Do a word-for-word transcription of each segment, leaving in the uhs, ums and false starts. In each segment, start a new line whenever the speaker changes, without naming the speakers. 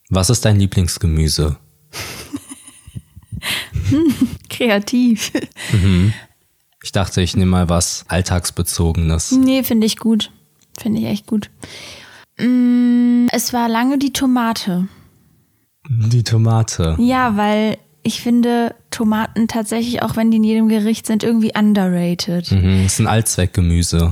Was ist dein Lieblingsgemüse?
hm, kreativ.
Mhm. Ich dachte, ich nehme mal was Alltagsbezogenes.
Nee, finde ich gut. Finde ich echt gut. Mm, es war lange die Tomate.
Die Tomate.
Ja, weil ich finde Tomaten tatsächlich, auch wenn die in jedem Gericht sind, irgendwie underrated.
Mhm, ist ein Allzweckgemüse.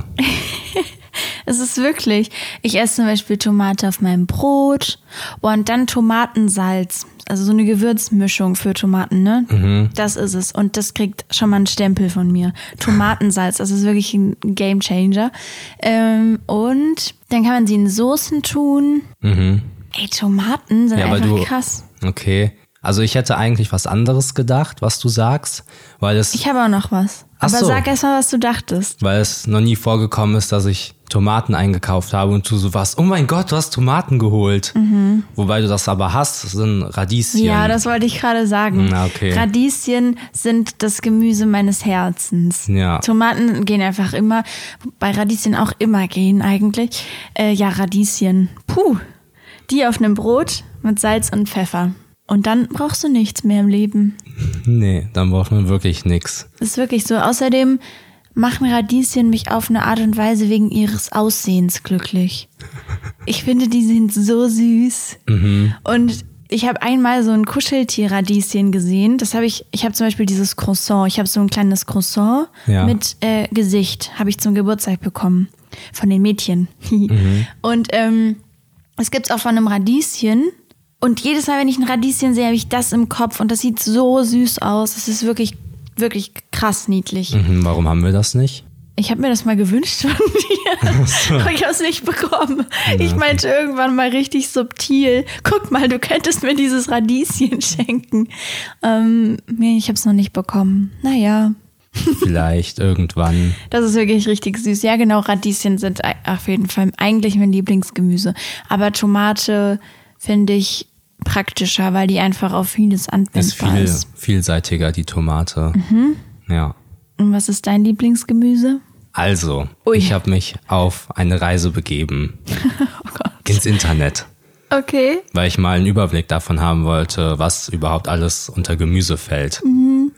Es ist wirklich, ich esse zum Beispiel Tomate auf meinem Brot und dann Tomatensalz, also so eine Gewürzmischung für Tomaten, ne?
Mhm.
Das ist es und das kriegt schon mal einen Stempel von mir. Tomatensalz, das ist wirklich ein Gamechanger. Ähm, und dann kann man sie in Soßen tun.
Mhm.
Ey, Tomaten sind
ja,
einfach
du,
krass.
Okay, also ich hätte eigentlich was anderes gedacht, was du sagst, weil es...
Ich habe auch noch was.
Ach
Aber
so.
sag erst mal, was du dachtest.
Weil es noch nie vorgekommen ist, dass ich Tomaten eingekauft habe und du so warst, oh mein Gott, du hast Tomaten geholt. Mhm. Wobei du das aber hast, das sind Radieschen.
Ja, das wollte ich gerade sagen.
Na, okay.
Radieschen sind das Gemüse meines Herzens.
Ja.
Tomaten gehen einfach immer, bei Radieschen auch immer gehen eigentlich. Äh, ja, Radieschen. Puh. Die auf einem Brot mit Salz und Pfeffer. Und dann brauchst du nichts mehr im Leben.
Nee, dann braucht man wirklich nichts.
Ist wirklich so. Außerdem machen Radieschen mich auf eine Art und Weise wegen ihres Aussehens glücklich. Ich finde, die sind so süß.
Mhm.
Und ich habe einmal so ein Kuscheltier-Radieschen gesehen. Das habe ich, ich habe zum Beispiel dieses Croissant. Ich habe so ein kleines Croissant
ja.
mit äh, Gesicht. Habe ich zum Geburtstag bekommen. Von den Mädchen. mhm. Und ähm, es gibt's auch von einem Radieschen. Und jedes Mal, wenn ich ein Radieschen sehe, habe ich das im Kopf. Und das sieht so süß aus. Das ist wirklich, wirklich krass niedlich.
Mhm, warum haben wir das nicht?
Ich habe mir das mal gewünscht von dir. So. Aber ich habe es nicht bekommen. Ja, ich meinte okay. irgendwann mal richtig subtil. Guck mal, du könntest mir dieses Radieschen schenken. Ähm, nee, ich habe es noch nicht bekommen. Naja.
Vielleicht irgendwann.
Das ist wirklich richtig süß. Ja, genau, Radieschen sind auf jeden Fall eigentlich mein Lieblingsgemüse. Aber Tomate finde ich praktischer, weil die einfach auf vieles anwendbar ist.
Ist viel vielseitiger, die Tomate.
Mhm.
Ja.
Und was ist dein Lieblingsgemüse?
Also,
Ui.
ich habe mich auf eine Reise begeben.
Oh Gott.
Ins Internet.
Okay.
Weil ich mal einen Überblick davon haben wollte, was überhaupt alles unter Gemüse fällt.
Mhm.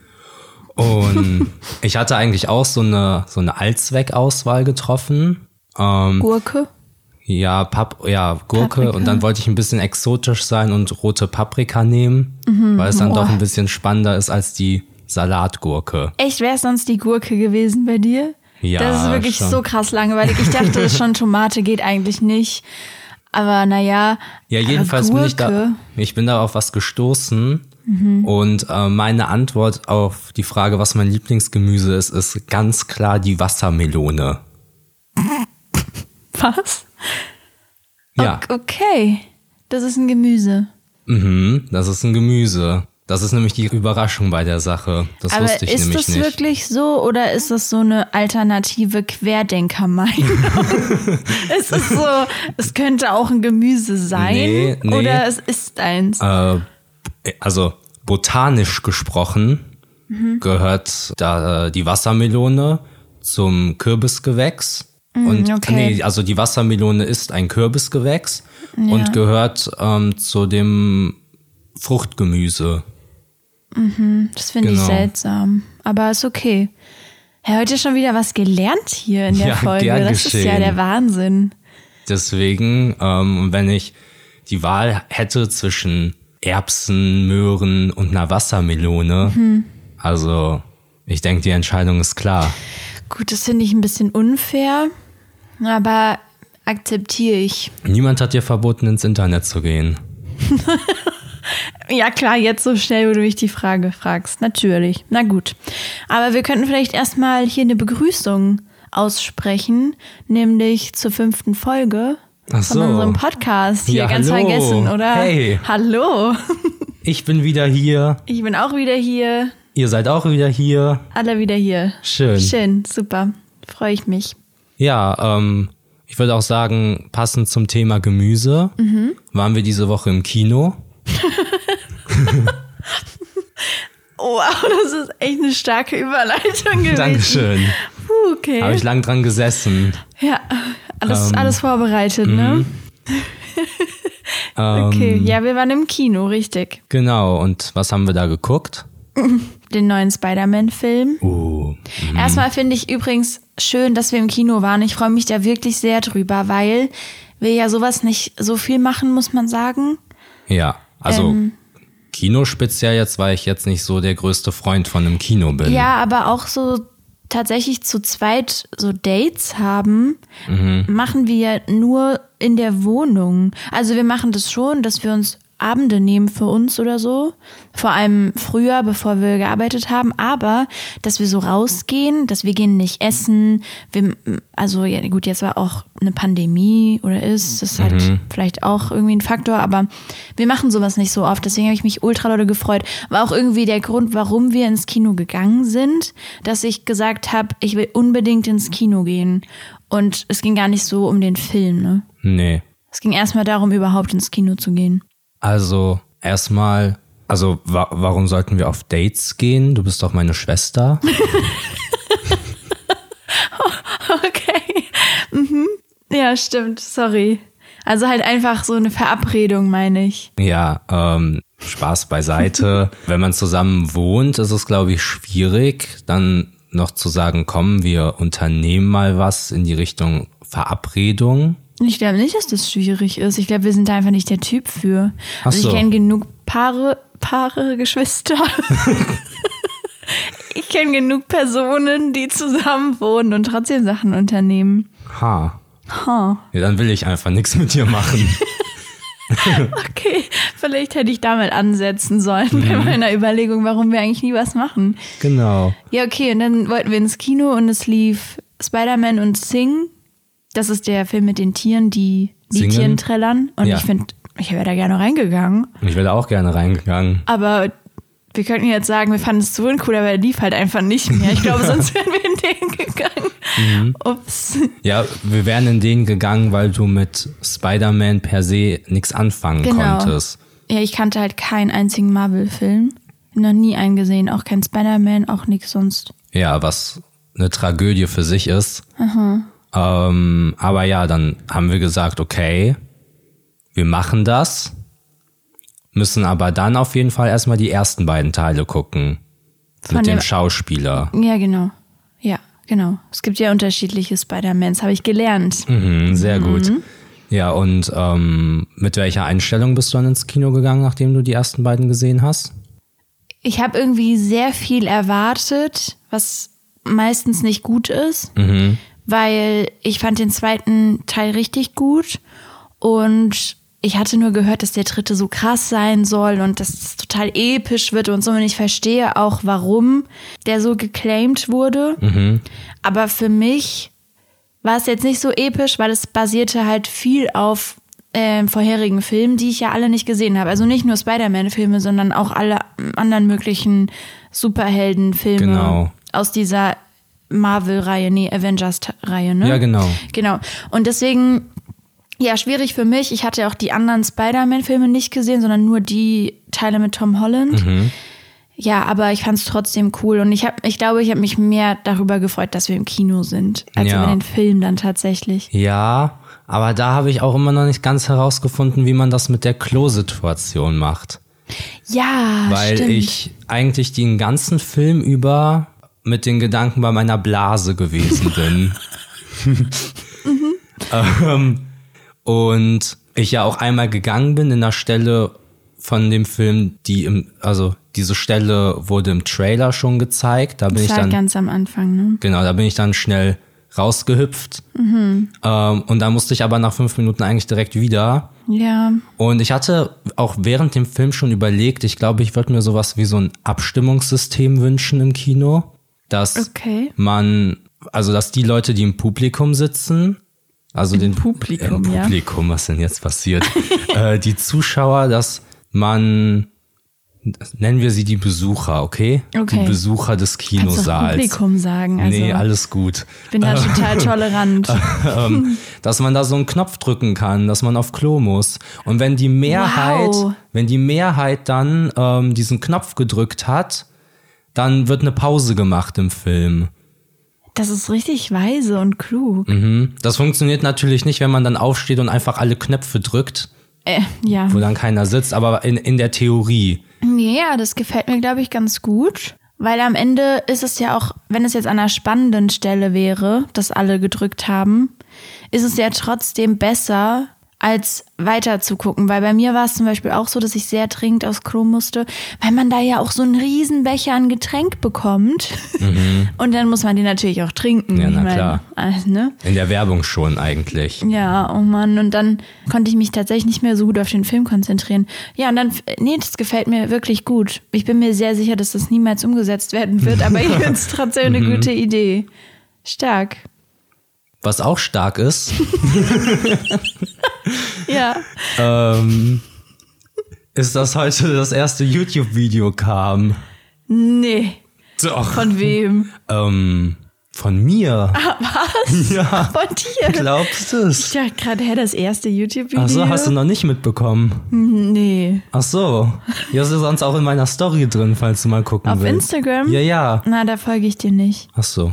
Und ich hatte eigentlich auch so eine, so eine Allzweckauswahl getroffen. Ähm,
Gurke?
Ja, Pap- ja, Gurke. Paprika. Und dann wollte ich ein bisschen exotisch sein und rote Paprika nehmen, mhm. weil es dann Boah. doch ein bisschen spannender ist als die Salatgurke.
Echt, wäre es sonst die Gurke gewesen bei dir?
Ja,
das ist wirklich
schon.
so krass langweilig. Ich dachte schon, Tomate geht eigentlich nicht. Aber naja.
Ja, jedenfalls bin ich da, ich bin da auf was gestoßen. Mhm. Und äh, meine Antwort auf die Frage, was mein Lieblingsgemüse ist, ist ganz klar die Wassermelone.
Was?
Ja.
Okay, das ist ein Gemüse.
Mhm, das ist ein Gemüse. Das ist nämlich die Überraschung bei der Sache. Das
Aber
wusste ich nämlich nicht.
Ist das wirklich so oder ist das so eine alternative Querdenker-Meinung? Ist es so, es könnte auch ein Gemüse sein
nee, nee.
oder es ist eins?
Äh, also botanisch gesprochen mhm. gehört da äh, die Wassermelone zum Kürbisgewächs. Und
okay.
nee, also die Wassermelone ist ein Kürbisgewächs ja. und gehört ähm, zu dem Fruchtgemüse.
Mhm, das finde genau. ich seltsam, aber ist okay. Ja, heute schon wieder was gelernt hier in der
ja,
Folge.
Gern
das
geschehen.
Ist ja der Wahnsinn.
Deswegen, ähm, wenn ich die Wahl hätte zwischen Erbsen, Möhren und einer Wassermelone, mhm. also ich denke, die Entscheidung ist klar.
Gut, das finde ich ein bisschen unfair, aber akzeptiere ich.
Niemand hat dir verboten, ins Internet zu gehen.
Ja klar, jetzt so schnell, wo du mich die Frage fragst. Natürlich. Na gut. Aber wir könnten vielleicht erstmal hier eine Begrüßung aussprechen, nämlich zur fünften Folge
Ach so.
von unserem Podcast. Hier
ja,
ganz
hallo.
vergessen, oder?
Hey.
Hallo.
Ich bin wieder hier.
Ich bin auch wieder hier.
Ihr seid auch wieder hier.
Alle wieder hier.
Schön.
Schön, super. Freue ich mich.
Ja, ähm, ich würde auch sagen, passend zum Thema Gemüse, mhm. waren wir diese Woche im Kino.
Wow, das ist echt eine starke Überleitung gewesen.
Dankeschön.
Puh, okay.
Habe ich lang dran gesessen.
Ja, alles,
ähm,
alles vorbereitet, ne? Okay, ähm, ja, wir waren im Kino, richtig.
Genau, und was haben wir da geguckt?
Den neuen Spider-Man-Film.
Uh,
Erstmal finde ich übrigens schön, dass wir im Kino waren. Ich freue mich da wirklich sehr drüber, weil wir ja sowas nicht so viel machen, muss man sagen.
Ja, also
Ähm,
Kino speziell jetzt, weil ich jetzt nicht so der größte Freund von einem Kino bin.
Ja, aber auch so tatsächlich zu zweit so Dates haben,
Mhm.
machen wir nur in der Wohnung. Also wir machen das schon, dass wir uns Abende nehmen für uns oder so. Vor allem früher, bevor wir gearbeitet haben. Aber, dass wir so rausgehen, dass wir gehen nicht essen. Wir, also ja gut, jetzt war auch eine Pandemie oder ist. Das ist halt
Mhm.
vielleicht auch irgendwie ein Faktor. Aber wir machen sowas nicht so oft. Deswegen habe ich mich ultra dolle gefreut. War auch irgendwie der Grund, warum wir ins Kino gegangen sind. Dass ich gesagt habe, ich will unbedingt ins Kino gehen. Und es ging gar nicht so um den Film, ne?
Nee.
Es ging erstmal darum, überhaupt ins Kino zu gehen.
Also erstmal, also wa- warum sollten wir auf Dates gehen? Du bist doch meine Schwester.
Okay. Mhm. Ja, stimmt. Sorry. Also halt einfach so eine Verabredung, meine ich.
Ja, ähm, Spaß beiseite. Wenn man zusammen wohnt, ist es, glaube ich, schwierig, dann noch zu sagen, komm, wir unternehmen mal was in die Richtung Verabredung.
Ich glaube nicht, dass das schwierig ist. Ich glaube, wir sind da einfach nicht der Typ für.
Ach
Also
so.
ich kenne genug Paare, Paare, Geschwister. Ich kenne genug Personen, die zusammen wohnen und trotzdem Sachen unternehmen.
Ha.
Ha.
Ja, dann will ich einfach nichts mit dir machen.
Okay, vielleicht hätte ich da mal ansetzen sollen bei meiner Überlegung, warum wir eigentlich nie was machen.
Genau.
Ja, okay, und dann wollten wir ins Kino und es lief Spider-Man und Sing. Das ist der Film mit den Tieren, die
Singen?
Liedchen trällern. Und
Ja.
ich finde, ich wäre da gerne reingegangen.
Ich wäre da auch gerne reingegangen.
Aber wir könnten jetzt sagen, wir fanden es so uncool, aber er lief halt einfach nicht mehr. Ich glaube, sonst wären wir in den gegangen.
Mhm.
Ups.
Ja, wir wären in den gegangen, weil du mit Spider-Man per se nichts anfangen
Genau.
konntest.
Ja, ich kannte halt keinen einzigen Marvel-Film. Noch nie einen gesehen. Auch kein Spider-Man, auch nichts sonst.
Ja, was eine Tragödie für sich ist. Ähm, aber ja, dann haben wir gesagt, okay, wir machen das, müssen aber dann auf jeden Fall erstmal die ersten beiden Teile gucken.
Von
mit dem
dem-
Schauspieler.
Ja, genau. Ja, genau. Es gibt ja unterschiedliche Spider-Mans, habe ich gelernt.
Mhm, sehr gut. Ja, und ähm, mit welcher Einstellung bist du dann ins Kino gegangen, nachdem du die ersten beiden gesehen hast?
Ich habe irgendwie sehr viel erwartet, was meistens nicht gut ist,
Mhm.
weil ich fand den zweiten Teil richtig gut und ich hatte nur gehört, dass der dritte so krass sein soll und dass es total episch wird und so. Und ich verstehe auch, warum der so geclaimed wurde.
Mhm.
Aber für mich war es jetzt nicht so episch, weil es basierte halt viel auf ähm, vorherigen Filmen, die ich ja alle nicht gesehen habe. Also nicht nur Spider-Man-Filme, sondern auch alle anderen möglichen Superhelden-Filme
Genau.
aus dieser Marvel-Reihe, nee, Avengers-Reihe, ne?
Ja, genau.
Genau. Und deswegen, ja, schwierig für mich. Ich hatte auch die anderen Spider-Man-Filme nicht gesehen, sondern nur die Teile mit Tom Holland.
Mhm.
Ja, aber ich fand es trotzdem cool. Und ich, hab, ich glaube, ich habe mich mehr darüber gefreut, dass wir im Kino sind, als
Ja.
über den Film dann tatsächlich.
Ja, aber da habe ich auch immer noch nicht ganz herausgefunden, wie man das mit der Klo-Situation macht.
Ja,
Weil
stimmt.
ich eigentlich den ganzen Film über mit den Gedanken bei meiner Blase gewesen bin. ähm, und ich ja auch einmal gegangen bin in der Stelle von dem Film, die im, also diese Stelle wurde im Trailer schon gezeigt. Da bin
das
ich
war
dann,
ganz am Anfang, ne?
genau, da bin ich dann schnell rausgehüpft. Ähm, und da musste ich aber nach fünf Minuten eigentlich direkt wieder.
Ja,
Und ich hatte auch während dem Film schon überlegt, ich glaube, ich würde mir sowas wie so ein Abstimmungssystem wünschen im Kino, dass
okay.
man, also dass die Leute, die im Publikum sitzen, also
Im
den
Publikum,
im
ja.
Publikum, was denn jetzt passiert, äh, die Zuschauer, dass man, nennen wir sie die Besucher, okay?
Okay.
Die Besucher des
Kannst du
Kinosaals.
Publikum sagen. Also,
Nee, alles gut.
ich bin da total tolerant.
ähm, dass man da so einen Knopf drücken kann, dass man auf Klo muss. Und wenn die Mehrheit,
Wow.
wenn die Mehrheit dann ähm, diesen Knopf gedrückt hat, dann wird eine Pause gemacht im Film.
Das ist richtig weise und klug.
Mhm. Das funktioniert natürlich nicht, wenn man dann aufsteht und einfach alle Knöpfe drückt.
Äh, ja.
Wo dann keiner sitzt, aber in, in der Theorie.
Ja, das gefällt mir, glaube ich, ganz gut. Weil am Ende ist es ja auch, wenn es jetzt an einer spannenden Stelle wäre, dass alle gedrückt haben, ist es ja trotzdem besser, als weiter zu gucken. Weil bei mir war es zum Beispiel auch so, dass ich sehr dringend aufs Klo musste, weil man da ja auch so einen riesen Becher an Getränk bekommt. Mhm. Und dann muss man den natürlich auch trinken.
Ja, na
ich mein,
klar.
Also, ne?
In der Werbung schon eigentlich.
Ja, oh Mann. Und dann konnte ich mich tatsächlich nicht mehr so gut auf den Film konzentrieren. Ja, und dann, nee, das gefällt mir wirklich gut. Ich bin mir sehr sicher, dass das niemals umgesetzt werden wird, aber ich finde es trotzdem eine
mhm.
gute Idee. Stark.
Was auch stark ist,
ja.
ähm, ist, dass heute das erste YouTube-Video kam.
Nee.
Doch.
Von wem?
Ähm, von mir.
Ah, was?
Ja.
Von dir?
Glaubst du es?
Ich dachte gerade, hä, das erste YouTube-Video.
Ach so, hast du noch nicht mitbekommen?
Nee.
Ach so. Ja, ist sonst auch in meiner Story drin, falls du mal gucken
Auf
willst.
Auf Instagram?
Ja, ja.
Na, da folge ich dir nicht.
Ach so.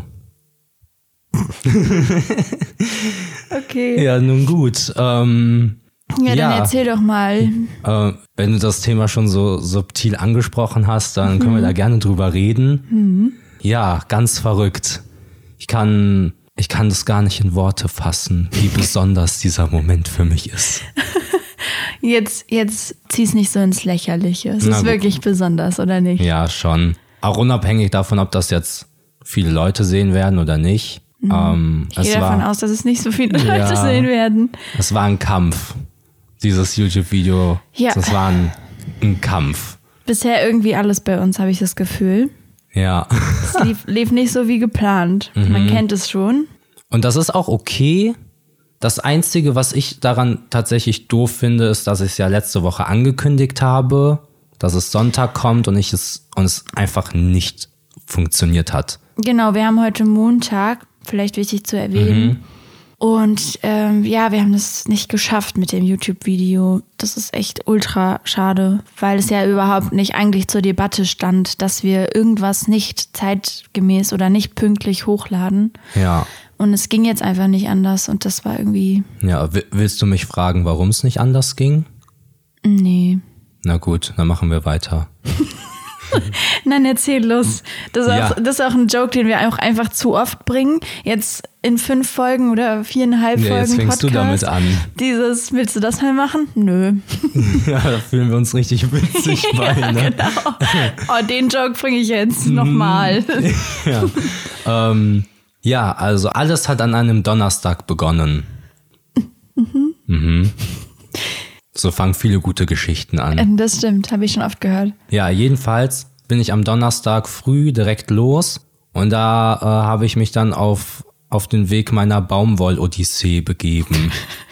Okay.
Ja, nun gut. Ähm,
ja, dann
ja.
erzähl doch mal.
Äh, wenn du das Thema schon so subtil angesprochen hast, dann mhm. können wir da gerne drüber reden.
Mhm.
Ja, ganz verrückt. Ich kann, ich kann das gar nicht in Worte fassen, wie besonders dieser Moment für mich ist.
Jetzt, jetzt zieh's nicht so ins Lächerliche. Es
Na
ist
gut.
wirklich besonders, oder nicht?
Ja, schon. Auch unabhängig davon, ob das jetzt viele Leute sehen werden oder nicht.
Mhm.
Ähm,
ich gehe davon war, aus, dass es nicht so viele
ja,
Leute sehen werden.
Es war ein Kampf, dieses YouTube-Video.
Ja.
Das war ein, ein Kampf.
Bisher irgendwie alles bei uns, habe ich das Gefühl.
Ja.
Es lief, lief nicht so wie geplant. Mhm. Man kennt es schon.
Und das ist auch okay. Das Einzige, was ich daran tatsächlich doof finde, ist, dass ich es ja letzte Woche angekündigt habe, dass es Sonntag kommt und ich es und es einfach nicht funktioniert hat.
Genau, wir haben heute Montag, vielleicht wichtig zu erwähnen. Mhm. Und ähm, ja, wir haben das nicht geschafft mit dem YouTube-Video. Das ist echt ultra schade, weil es ja überhaupt nicht eigentlich zur Debatte stand, dass wir irgendwas nicht zeitgemäß oder nicht pünktlich hochladen.
Ja.
Und es ging jetzt einfach nicht anders und das war irgendwie...
Ja, willst du mich fragen, warum es nicht anders ging?
Nee.
Na gut, dann machen wir weiter.
Nein, erzähl los. Das ist,
ja.
auch, das ist auch ein Joke, den wir auch einfach zu oft bringen. Jetzt in fünf Folgen oder viereinhalb
ja,
Folgen
jetzt fängst
Podcast.
du damit an.
Dieses, willst du das mal machen? Nö.
Ja, da fühlen wir uns richtig witzig bei.
Ja,
ne?
genau. Oh, den Joke bringe ich jetzt nochmal.
Ja. ähm, ja, also alles hat an einem Donnerstag begonnen. Mhm. Mhm. So fangen viele gute Geschichten an.
Das stimmt, habe ich schon oft gehört.
Ja, jedenfalls bin ich am Donnerstag früh direkt los und da äh, habe ich mich dann auf, auf den Weg meiner Baumwoll-Odyssee begeben.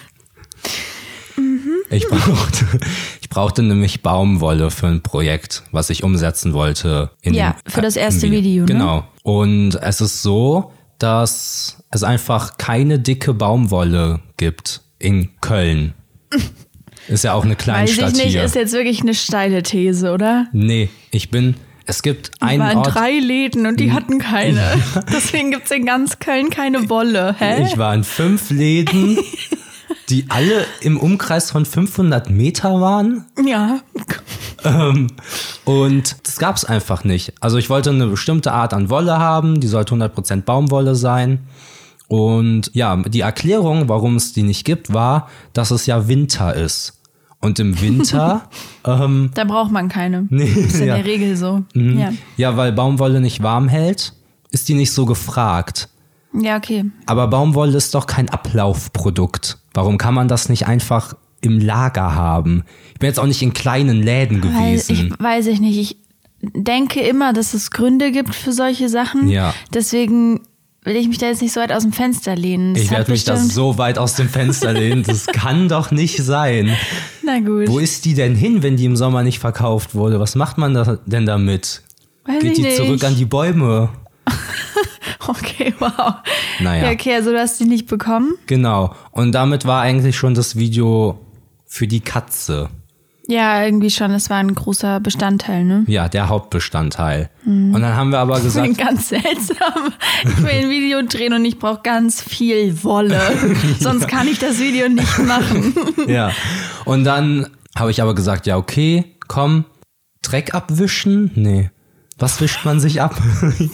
mhm. Ich brauchte, ich brauchte nämlich Baumwolle für ein Projekt, was ich umsetzen wollte. In
ja,
dem,
für das erste
äh,
Video.
Genau.
Ne?
Und es ist so, dass es einfach keine dicke Baumwolle gibt in Köln. Ist ja auch eine Kleinstadt
Weiß ich nicht,
hier.
ist jetzt wirklich eine steile These, oder?
Nee, ich bin, es gibt einen
Ort... Ich war in
Ort,
drei Läden und die hatten keine. Deswegen gibt's in ganz Köln keine Wolle. Hä?
Ich war in fünf Läden, die alle im Umkreis von fünfhundert Meter waren.
Ja.
Ähm, und das gab's einfach nicht. Also ich wollte eine bestimmte Art an Wolle haben, die sollte hundert Prozent Baumwolle sein. Und ja, die Erklärung, warum es die nicht gibt, war, dass es ja Winter ist. Und im Winter... ähm,
da braucht man keine.
Nee,
ist in
ja.
der Regel so.
Mhm.
Ja.
ja, weil Baumwolle nicht warm hält, ist die nicht so gefragt.
Ja, okay.
Aber Baumwolle ist doch kein Ablaufprodukt. Warum kann man das nicht einfach im Lager haben? Ich bin jetzt auch nicht in kleinen Läden gewesen.
Weil ich, weiß ich nicht. Ich denke immer, dass es Gründe gibt für solche Sachen.
Ja.
Deswegen will ich mich da jetzt nicht so weit aus dem Fenster lehnen. Das
ich werde mich da so weit aus dem Fenster lehnen. Das kann doch nicht sein.
Na gut.
Wo ist die denn hin, wenn die im Sommer nicht verkauft wurde? Was macht man da denn damit?
Weiß
Geht
ich
die
nicht.
zurück an die Bäume?
Okay, wow.
Naja.
Ja, okay, also du hast die nicht bekommen?
Genau. Und damit war eigentlich schon das Video für die Katze.
Ja, irgendwie schon. Es war ein großer Bestandteil, ne?
Ja, der Hauptbestandteil. Mhm. Und dann haben wir aber gesagt...
Ich bin ganz seltsam. Ich will ein Video drehen und ich brauche ganz viel Wolle. Sonst ja. kann ich das Video nicht machen.
Ja, und dann habe ich aber gesagt, ja okay, komm, Dreck abwischen? Nee. Was wischt man sich ab?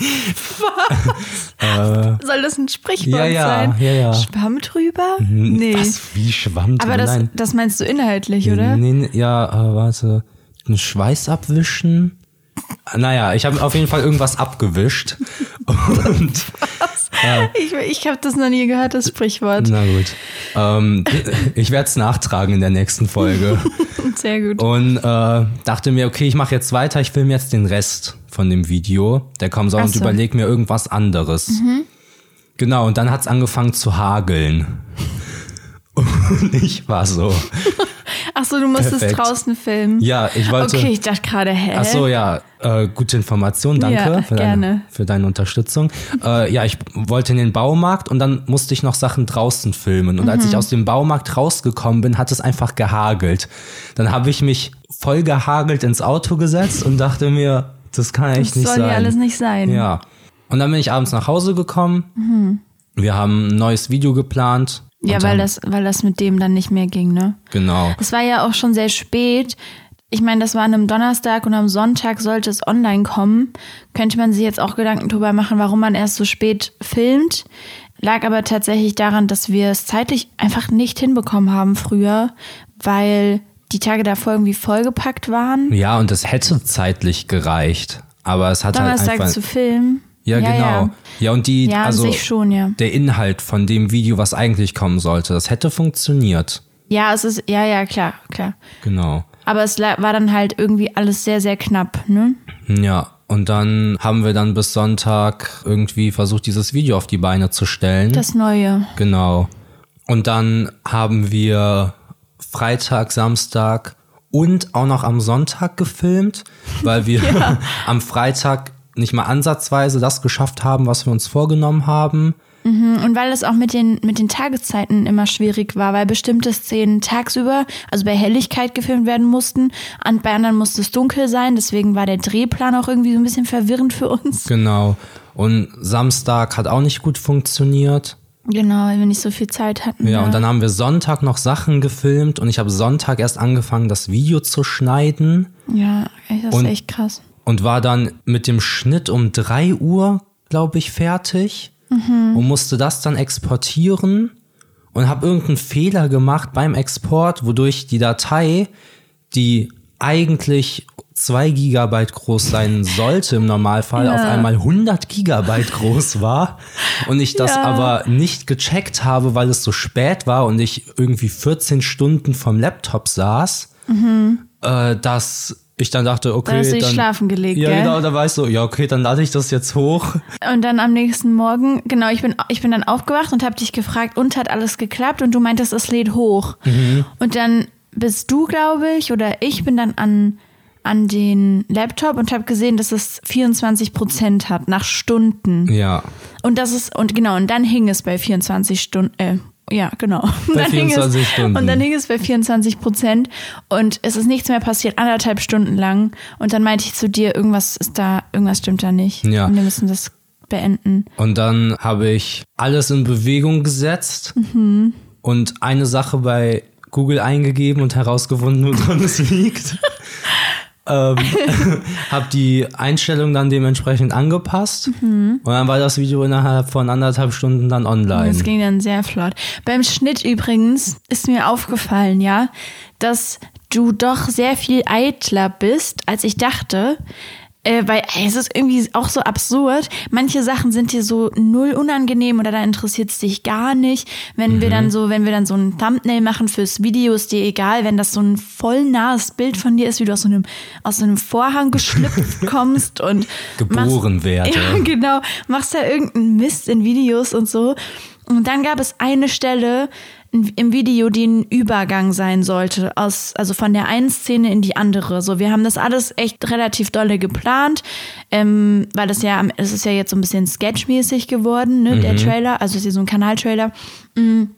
Was? äh, Soll das ein Sprichwort
ja, ja,
sein?
Ja, ja.
Schwamm drüber? Nee.
Was? Wie Schwamm drüber?
Aber das,
Nein.
das meinst du inhaltlich, oder?
Nee, nee, ja, äh, warte. Ein Schweiß abwischen? Naja, ich habe auf jeden Fall irgendwas abgewischt. Und,
Was? Ja. Ich, ich habe das noch nie gehört, das Sprichwort.
Na gut. Ähm, ich werde es nachtragen in der nächsten Folge.
Sehr gut.
Und äh, dachte mir, okay, ich mache jetzt weiter, ich filme jetzt den Rest von dem Video, der kommen soll, und so. Überleg mir irgendwas anderes. Mhm. Genau, und dann hat's angefangen zu hageln. Und ich war so...
Ach so, du musstest perfekt. Draußen filmen.
Ja, ich wollte...
Okay, ich dachte gerade, hä?
Ach so, ja, äh, gute Information, danke
ja,
für,
gerne.
Deine, für deine Unterstützung. Äh, ja, ich wollte in den Baumarkt und dann musste ich noch Sachen draußen filmen. Und mhm. als ich aus dem Baumarkt rausgekommen bin, hat es einfach gehagelt. Dann habe ich mich voll gehagelt ins Auto gesetzt und dachte mir, das kann echt das nicht sein.
Das soll ja alles nicht sein.
Ja. Und dann bin ich abends nach Hause gekommen. Mhm. Wir haben ein neues Video geplant.
Ja, weil das, weil das mit dem dann nicht mehr ging, ne?
Genau.
Es war ja auch schon sehr spät. Ich meine, das war an einem Donnerstag und am Sonntag sollte es online kommen. Könnte man sich jetzt auch Gedanken drüber machen, warum man erst so spät filmt. Lag aber tatsächlich daran, dass wir es zeitlich einfach nicht hinbekommen haben früher, weil die Tage davor irgendwie vollgepackt waren.
Ja, und es hätte zeitlich gereicht. Aber es hat
Donnerstag
halt einfach...
zu filmen.
Ja, ja, genau. Ja. ja, und die,
ja,
also
sich schon, ja.
der Inhalt von dem Video, was eigentlich kommen sollte, das hätte funktioniert.
Ja, es ist, ja, ja, klar, klar.
Genau.
Aber es war dann halt irgendwie alles sehr, sehr knapp, ne?
Ja, und dann haben wir dann bis Sonntag irgendwie versucht, dieses Video auf die Beine zu stellen.
Das Neue.
Genau. Und dann haben wir Freitag, Samstag und auch noch am Sonntag gefilmt, weil wir ja. am Freitag nicht mal ansatzweise das geschafft haben, was wir uns vorgenommen haben.
Mhm. Und weil es auch mit den, mit den Tageszeiten immer schwierig war, weil bestimmte Szenen tagsüber, also bei Helligkeit gefilmt werden mussten, und bei anderen musste es dunkel sein, deswegen war der Drehplan auch irgendwie so ein bisschen verwirrend für uns.
Genau. Und Samstag hat auch nicht gut funktioniert.
Genau, weil wir nicht so viel Zeit hatten.
Ja,
ja,
und dann haben wir Sonntag noch Sachen gefilmt und ich habe Sonntag erst angefangen, das Video zu schneiden.
Ja, das
und,
ist echt krass.
Und war dann mit dem Schnitt um drei Uhr, glaube ich, fertig. Mhm. Und musste das dann exportieren und habe irgendeinen Fehler gemacht beim Export, wodurch die Datei, die eigentlich zwei Gigabyte groß sein sollte im Normalfall, ja. auf einmal hundert Gigabyte groß war und ich das ja. aber nicht gecheckt habe, weil es so spät war und ich irgendwie vierzehn Stunden vom Laptop saß, mhm. äh, dass ich dann dachte, okay,
da hast du dich
dann
schlafen gelegt,
ja,
gell?
Genau, da war ich so, ja, okay, dann lade ich das jetzt hoch.
Und dann am nächsten Morgen, genau, ich bin ich bin dann aufgewacht und habe dich gefragt, und hat alles geklappt? Und du meintest, es lädt hoch. Mhm. Und dann bist du, glaube ich, oder ich bin dann an an den Laptop und habe gesehen, dass es vierundzwanzig Prozent hat nach Stunden.
Ja.
Und das ist und genau, und dann hing es bei vierundzwanzig Stunden. Äh, Ja, genau.
Bei
dann
vierundzwanzig
es,
Stunden.
Und dann hing es bei vierundzwanzig Prozent und es ist nichts mehr passiert, anderthalb Stunden lang. Und dann meinte ich zu dir, irgendwas ist da, irgendwas stimmt da nicht.
Ja.
Und wir müssen das beenden.
Und dann habe ich alles in Bewegung gesetzt mhm. und eine Sache bei Google eingegeben und herausgefunden, woran es liegt. ähm, habe die Einstellung dann dementsprechend angepasst mhm. und dann war das Video innerhalb von anderthalb Stunden dann online.
Das ging dann sehr flott. Beim Schnitt übrigens ist mir aufgefallen, ja, dass du doch sehr viel eitler bist, als ich dachte. Äh, weil ey, es ist irgendwie auch so absurd. Manche Sachen sind dir so null unangenehm oder da interessiert es dich gar nicht. Wenn mhm. wir dann so, wenn wir dann so ein Thumbnail machen fürs Video, ist dir egal, wenn das so ein voll nahes Bild von dir ist, wie du aus so einem, aus so einem Vorhang geschlüpft kommst und
geboren
machst,
werde.
Ja, genau. Machst da irgendeinen Mist in Videos und so. Und dann gab es eine Stelle im Video, die ein Übergang sein sollte, aus, also von der einen Szene in die andere. So, wir haben das alles echt relativ dolle geplant, ähm, weil das ja, es ist ja jetzt so ein bisschen sketchmäßig geworden, ne, mhm. der Trailer, also es ist ja so ein Kanaltrailer.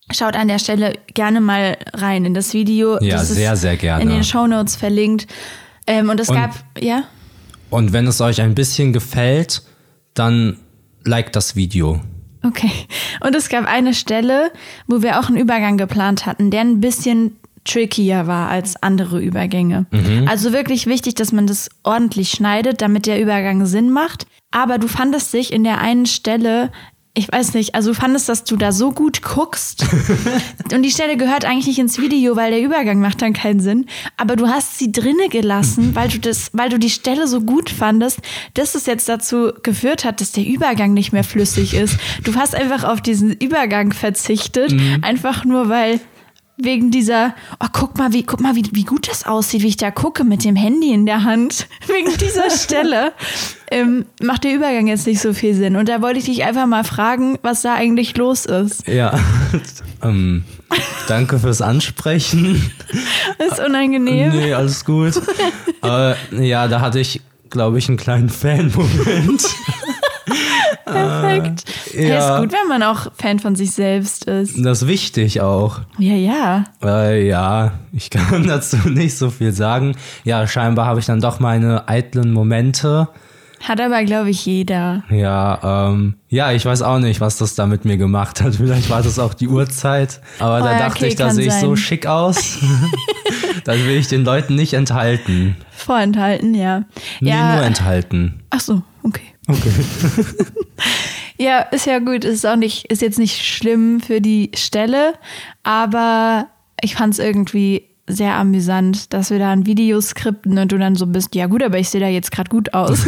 Schaut an der Stelle gerne mal rein in das Video.
Ja,
das
sehr,
ist
sehr gerne.
In den Shownotes verlinkt. Ähm, und es
und,
gab, ja?
Und wenn es euch ein bisschen gefällt, dann liked das Video.
Okay. Und es gab eine Stelle, wo wir auch einen Übergang geplant hatten, der ein bisschen trickier war als andere Übergänge. Mhm. Also wirklich wichtig, dass man das ordentlich schneidet, damit der Übergang Sinn macht. Aber du fandest dich in der einen Stelle, ich weiß nicht, also du fandest, dass du da so gut guckst. Und die Stelle gehört eigentlich nicht ins Video, weil der Übergang macht dann keinen Sinn. Aber du hast sie drinne gelassen, weil du das, weil du die Stelle so gut fandest, dass es jetzt dazu geführt hat, dass der Übergang nicht mehr flüssig ist. Du hast einfach auf diesen Übergang verzichtet, mhm. einfach nur weil wegen dieser, oh, guck mal, wie, guck mal, wie, wie gut das aussieht, wie ich da gucke mit dem Handy in der Hand. Wegen dieser Stelle ähm, macht der Übergang jetzt nicht so viel Sinn. Und da wollte ich dich einfach mal fragen, was da eigentlich los ist.
Ja, ähm, danke fürs Ansprechen.
Ist unangenehm.
Nee, alles gut. äh, ja, da hatte ich, glaube ich, einen kleinen Fan-Moment.
Perfekt.
Äh, ja.
Ja, ist gut, wenn man auch Fan von sich selbst ist.
Das ist wichtig auch.
Ja, ja.
Äh, ja, ich kann dazu nicht so viel sagen. Ja, scheinbar habe ich dann doch meine eitlen Momente.
Hat aber, glaube ich, jeder.
Ja, ähm, ja, ich weiß auch nicht, was das da mit mir gemacht hat. Vielleicht war das auch die Uhrzeit. Aber
oh,
da
ja,
dachte
okay,
ich, da sehe ich so schick aus. Das will ich den Leuten nicht enthalten.
Vorenthalten, ja.
Nee,
ja.
nur enthalten.
Ach so, okay.
Okay.
Ja, ist ja gut. Ist auch nicht, ist jetzt nicht schlimm für die Stelle, aber ich fand es irgendwie sehr amüsant, dass wir da ein Video skripten und du dann so bist, ja gut, aber ich sehe da jetzt gerade gut aus.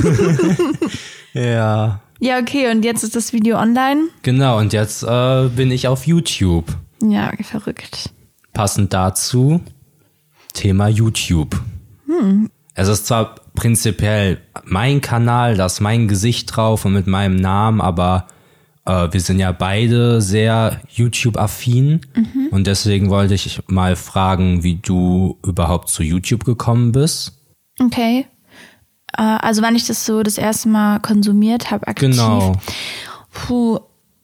Ja.
Ja, okay, und jetzt ist das Video online?
Genau, und jetzt äh, bin ich auf YouTube.
Ja, verrückt.
Passend dazu Thema YouTube.
Hm.
Es ist zwar prinzipiell mein Kanal, da ist mein Gesicht drauf und mit meinem Namen, aber äh, wir sind ja beide sehr YouTube-affin mhm. und deswegen wollte ich mal fragen, wie du überhaupt zu YouTube gekommen bist.
Okay. Äh, also wann ich das so das erste Mal konsumiert habe, aktiv.
Genau.
Puh.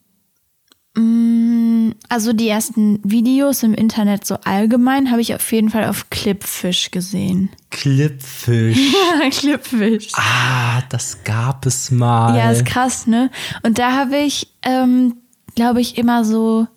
Also die ersten Videos im Internet so allgemein habe ich auf jeden Fall auf Clipfish gesehen.
Clipfish?
Ja, Clipfish.
Ah, das gab es mal.
Ja, ist krass, ne? Und da habe ich, ähm, glaube ich, immer so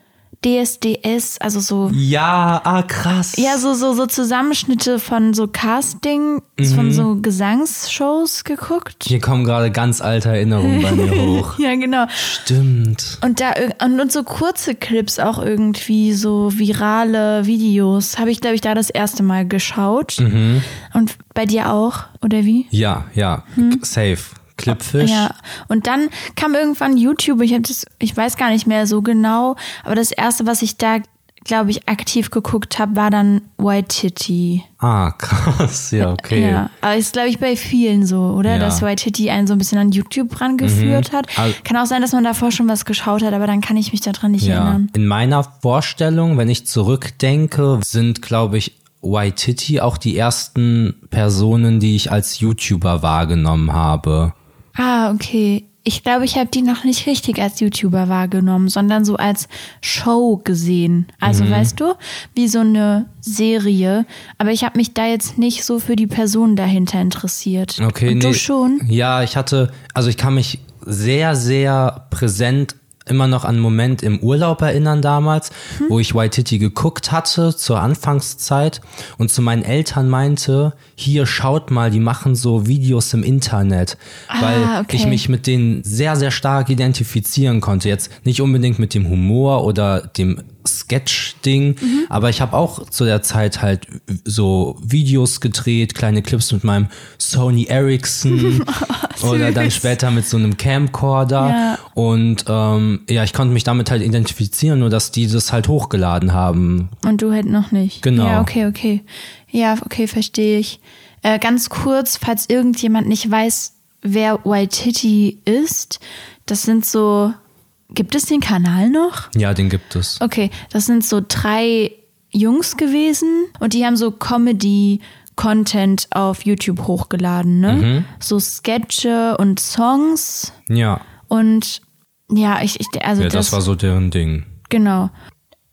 D S D S, also so...
Ja, ah, krass.
Ja, so, so, so Zusammenschnitte von so Casting, mhm. von so Gesangsshows geguckt.
Hier kommen gerade ganz alte Erinnerungen bei mir hoch.
Ja, genau.
Stimmt.
Und da und, und so kurze Clips auch irgendwie, so virale Videos, habe ich, glaube ich, da das erste Mal geschaut. Mhm. Und bei dir auch, oder wie?
Ja, ja, hm? Safe. Clipfish.
Ja, und dann kam irgendwann YouTube, ich, hab das, ich weiß gar nicht mehr so genau, aber das erste, was ich da, glaube ich, aktiv geguckt habe, war dann Waititi.
Ah, krass, ja, okay.
Ja, aber ist, glaube ich, bei vielen so, oder? Ja. Dass Waititi einen so ein bisschen an YouTube rangeführt mhm. hat. Also, kann auch sein, dass man davor schon was geschaut hat, aber dann kann ich mich daran nicht
ja.
erinnern.
In meiner Vorstellung, wenn ich zurückdenke, sind, glaube ich, Waititi auch die ersten Personen, die ich als YouTuber wahrgenommen habe.
Ah, okay. Ich glaube, ich habe die noch nicht richtig als YouTuber wahrgenommen, sondern so als Show gesehen. Also, mhm. weißt du, wie so eine Serie. Aber ich habe mich da jetzt nicht so für die Person dahinter interessiert.
Okay,
Und
nee.
du schon?
Ja, ich hatte, also ich kann mich sehr, sehr präsent immer noch an einen Moment im Urlaub erinnern damals, hm. wo ich Waititi geguckt hatte zur Anfangszeit und zu meinen Eltern meinte, hier schaut mal, die machen so Videos im Internet, ah, weil okay. ich mich mit denen sehr, sehr stark identifizieren konnte. Jetzt nicht unbedingt mit dem Humor oder dem Sketch-Ding, mhm. aber ich habe auch zu der Zeit halt so Videos gedreht, kleine Clips mit meinem Sony Ericsson oh, oder dann später mit so einem Camcorder ja. und ähm, ja, ich konnte mich damit halt identifizieren, nur dass die das halt hochgeladen haben.
Und du halt noch nicht.
Genau.
Ja, okay, okay. Ja, okay, verstehe ich. Äh, ganz kurz, falls irgendjemand nicht weiß, wer Waititi ist, das sind so... Gibt es den Kanal noch?
Ja, den gibt es.
Okay, das sind so drei Jungs gewesen und die haben so Comedy-Content auf YouTube hochgeladen, ne? Mhm. So Sketche und Songs.
Ja.
Und ja, ich, ich also
ja, das, das war so deren Ding.
Genau.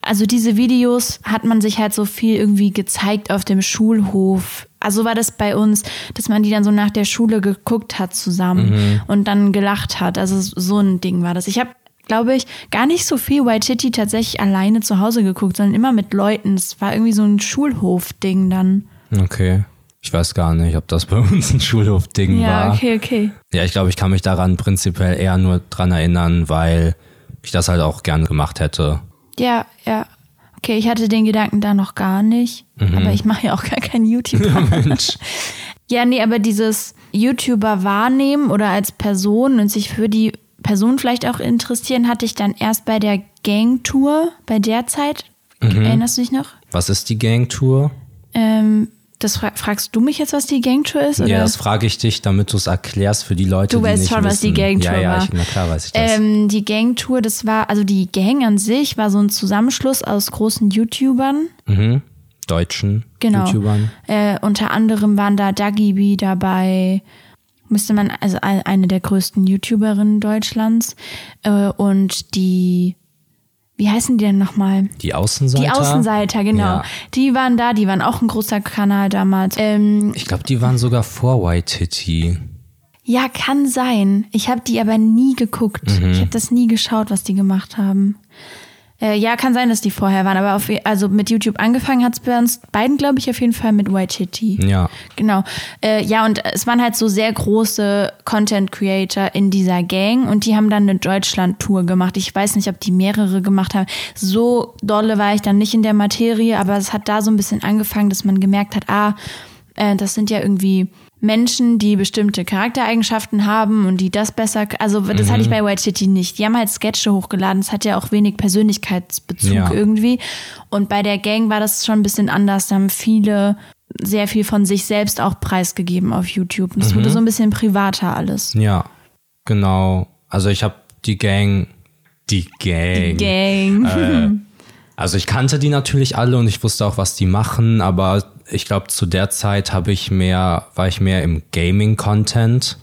also diese Videos hat man sich halt so viel irgendwie gezeigt auf dem Schulhof. Also war das bei uns, dass man die dann so nach der Schule geguckt hat zusammen mhm. und dann gelacht hat. Also so ein Ding war das. Ich habe, glaube ich, gar nicht so viel Waititi tatsächlich alleine zu Hause geguckt, sondern immer mit Leuten. Es war irgendwie so ein Schulhof-Ding dann.
Okay. Ich weiß gar nicht, ob das bei uns ein Schulhof-Ding
ja,
war.
Ja, okay, okay.
Ja, ich glaube, ich kann mich daran prinzipiell eher nur dran erinnern, weil ich das halt auch gerne gemacht hätte.
Ja, ja. Okay, ich hatte den Gedanken da noch gar nicht. Mhm. Aber ich mache ja auch gar keinen YouTuber.
Ja, Mensch.
Ja, nee, aber dieses YouTuber wahrnehmen oder als Person und sich für die Person vielleicht auch interessieren, hatte ich dann erst bei der Gangtour, bei der Zeit. Mhm. Erinnerst du dich noch?
Was ist die Gangtour?
Ähm, das fra- fragst du mich jetzt, was die Gangtour ist? Oder?
Ja, das frage ich dich, damit du es erklärst für die Leute,
du
die nicht
weißt schon,
wissen.
was die Gangtour
ja, ja,
war.
Ich, na klar weiß ich das.
Ähm, die Gangtour, das war, also die Gang an sich war so ein Zusammenschluss aus großen YouTubern.
Mhm. Deutschen
genau.
YouTubern.
Äh, unter anderem waren da Dagi B dabei, müsste man, also eine der größten YouTuberinnen Deutschlands. Äh, und die, wie heißen die denn nochmal?
Die Außenseiter?
Die Außenseiter, genau. Ja. Die waren da, die waren auch ein großer Kanal damals. Ähm,
ich glaube, die waren sogar vor Waititi.
Ja, kann sein. Ich habe die aber nie geguckt. Mhm. Ich habe das nie geschaut, was die gemacht haben. Äh, ja, kann sein, dass die vorher waren, aber auf, also mit YouTube angefangen hat es bei uns beiden, glaube ich, auf jeden Fall mit Waititi.
Ja.
Genau. Äh, ja, und es waren halt so sehr große Content-Creator in dieser Gang und die haben dann eine Deutschland-Tour gemacht. Ich weiß nicht, ob die mehrere gemacht haben. So dolle war ich dann nicht in der Materie, aber es hat da so ein bisschen angefangen, dass man gemerkt hat, ah, äh, das sind ja irgendwie Menschen, die bestimmte Charaktereigenschaften haben und die das besser, also das mhm. hatte ich bei Waititi nicht. Die haben halt Sketche hochgeladen, es hat ja auch wenig Persönlichkeitsbezug ja. irgendwie. Und bei der Gang war das schon ein bisschen anders, da haben viele sehr viel von sich selbst auch preisgegeben auf YouTube. Und es mhm. wurde so ein bisschen privater alles.
Ja, genau. Also ich habe die Gang, die Gang.
Die Gang.
Äh, also ich kannte die natürlich alle und ich wusste auch, was die machen, aber ich glaube, zu der Zeit habe ich mehr, war ich mehr im Gaming-Content.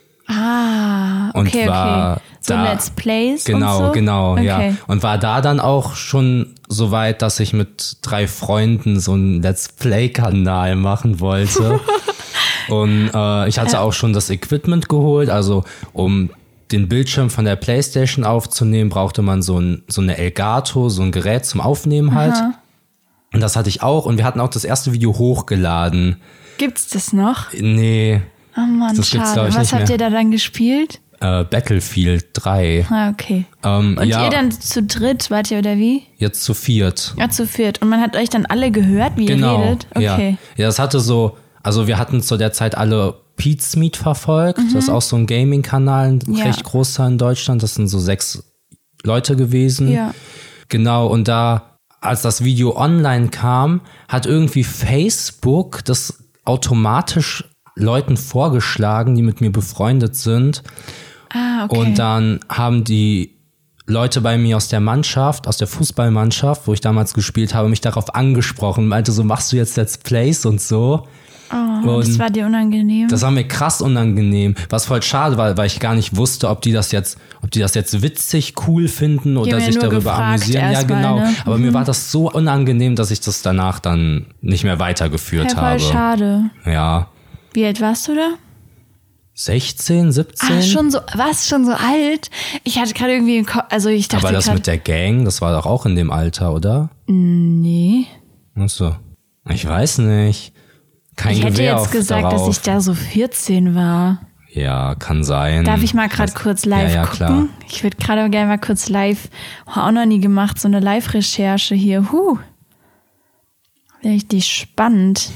Ah, okay,
und war
okay. So
da,
Let's Plays
genau,
und so?
Genau,
okay.
ja. Und war da dann auch schon so weit, dass ich mit drei Freunden so einen Let's Play-Kanal machen wollte. Und äh, ich hatte auch schon das Equipment geholt, also um den Bildschirm von der PlayStation aufzunehmen, brauchte man so, ein, so eine Elgato, so ein Gerät zum Aufnehmen halt. Aha. Und das hatte ich auch. Und wir hatten auch das erste Video hochgeladen.
Gibt's das noch?
Nee.
Oh Mann,
das
schade. Was habt mehr. ihr da dann gespielt?
Äh, Battlefield drei.
Ah, okay.
Ähm,
und
ja,
ihr dann zu dritt, wart ihr oder wie?
Jetzt zu viert.
Ja, zu viert. Und man hat euch dann alle gehört, wie
genau,
ihr redet? Okay.
Ja. ja, das hatte so, also wir hatten zu der Zeit alle Pete's Meat verfolgt. Mhm. Das ist auch so ein Gaming-Kanal, ein ja. recht großer in Deutschland. Das sind so sechs Leute gewesen.
Ja.
Genau, und da als das Video online kam, hat irgendwie Facebook das automatisch Leuten vorgeschlagen, die mit mir befreundet sind.
Ah, okay.
Und dann haben die Leute bei mir aus der Mannschaft, aus der Fußballmannschaft, wo ich damals gespielt habe, mich darauf angesprochen, meinte so, machst du jetzt Let's Plays und so.
Oh, und das war dir unangenehm?
Das war mir krass unangenehm, was voll schade war, weil ich gar nicht wusste, ob die das jetzt, ob die das jetzt witzig, cool finden oder sich darüber amüsieren. Ja, genau. Mal, ne? Aber mhm. mir war das so unangenehm, dass ich das danach dann nicht mehr weitergeführt
ja, voll
habe.
Schade.
Ja.
Wie alt warst du da?
sechzehn, siebzehn?
Ach, schon so, was, schon so alt? Ich hatte gerade irgendwie im Kopf, also ich dachte
Aber das mit der Gang, das war doch auch in dem Alter, oder?
Nee.
Ach so. Ich weiß nicht. Kein
ich hätte
Gewehr
jetzt
auf
gesagt,
darauf.
dass ich da so vierzehn war.
Ja, kann sein.
Darf ich mal gerade kurz live
ja, ja,
gucken?
Klar.
Ich würde gerade gerne mal kurz live, oh, auch noch nie gemacht, so eine Live-Recherche hier. Huh. Richtig spannend.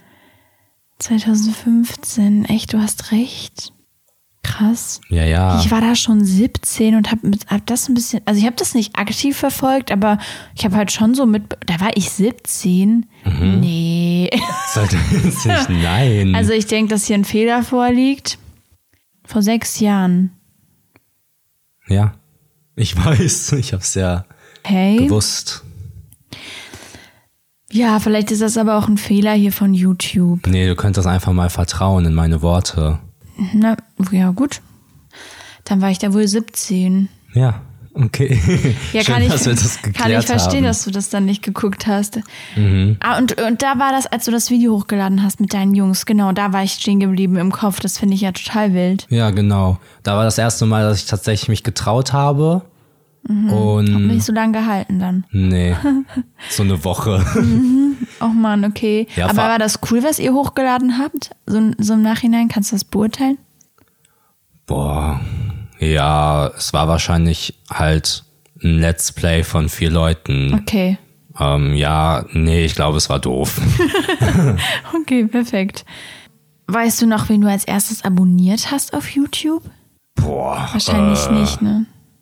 zwanzig fünfzehn, echt, du hast recht. Krass.
Ja, ja.
Ich war da schon siebzehn und habe hab das ein bisschen, also ich habe das nicht aktiv verfolgt, aber ich habe halt schon so mit, da war ich siebzehn. Mhm. Nee.
Sollte jetzt nicht, nein.
Also ich denke, dass hier ein Fehler vorliegt. Vor sechs Jahren.
Ja, ich weiß, ich habe es ja
hey.
gewusst.
Ja, vielleicht ist das aber auch ein Fehler hier von YouTube.
Nee, du könntest einfach mal vertrauen in meine Worte.
Na, ja gut. Dann war ich da wohl siebzehn.
Ja, Okay.
Ja,
Schön,
kann ich,
dass wir das geklärt
kann ich verstehen,
haben.
dass du das dann nicht geguckt hast. Mhm. Ah, und, und da war das, als du das Video hochgeladen hast mit deinen Jungs, genau, da war ich stehen geblieben im Kopf. Das finde ich ja total wild.
Ja, genau. Da war das erste Mal, dass ich tatsächlich mich getraut habe.
Mhm.
Und
Hab nicht so lange gehalten dann.
Nee, so eine Woche.
Mhm. Oh Mann, okay.
Ja,
aber war das cool, was ihr hochgeladen habt? So, so im Nachhinein, kannst du das beurteilen?
Boah, ja, es war wahrscheinlich halt ein Let's Play von vier Leuten.
Okay.
Ähm, ja, nee, ich glaube, es war doof.
Okay, perfekt. Weißt du noch, wen du als erstes abonniert hast auf YouTube?
Boah.
Wahrscheinlich
äh,
nicht, ne?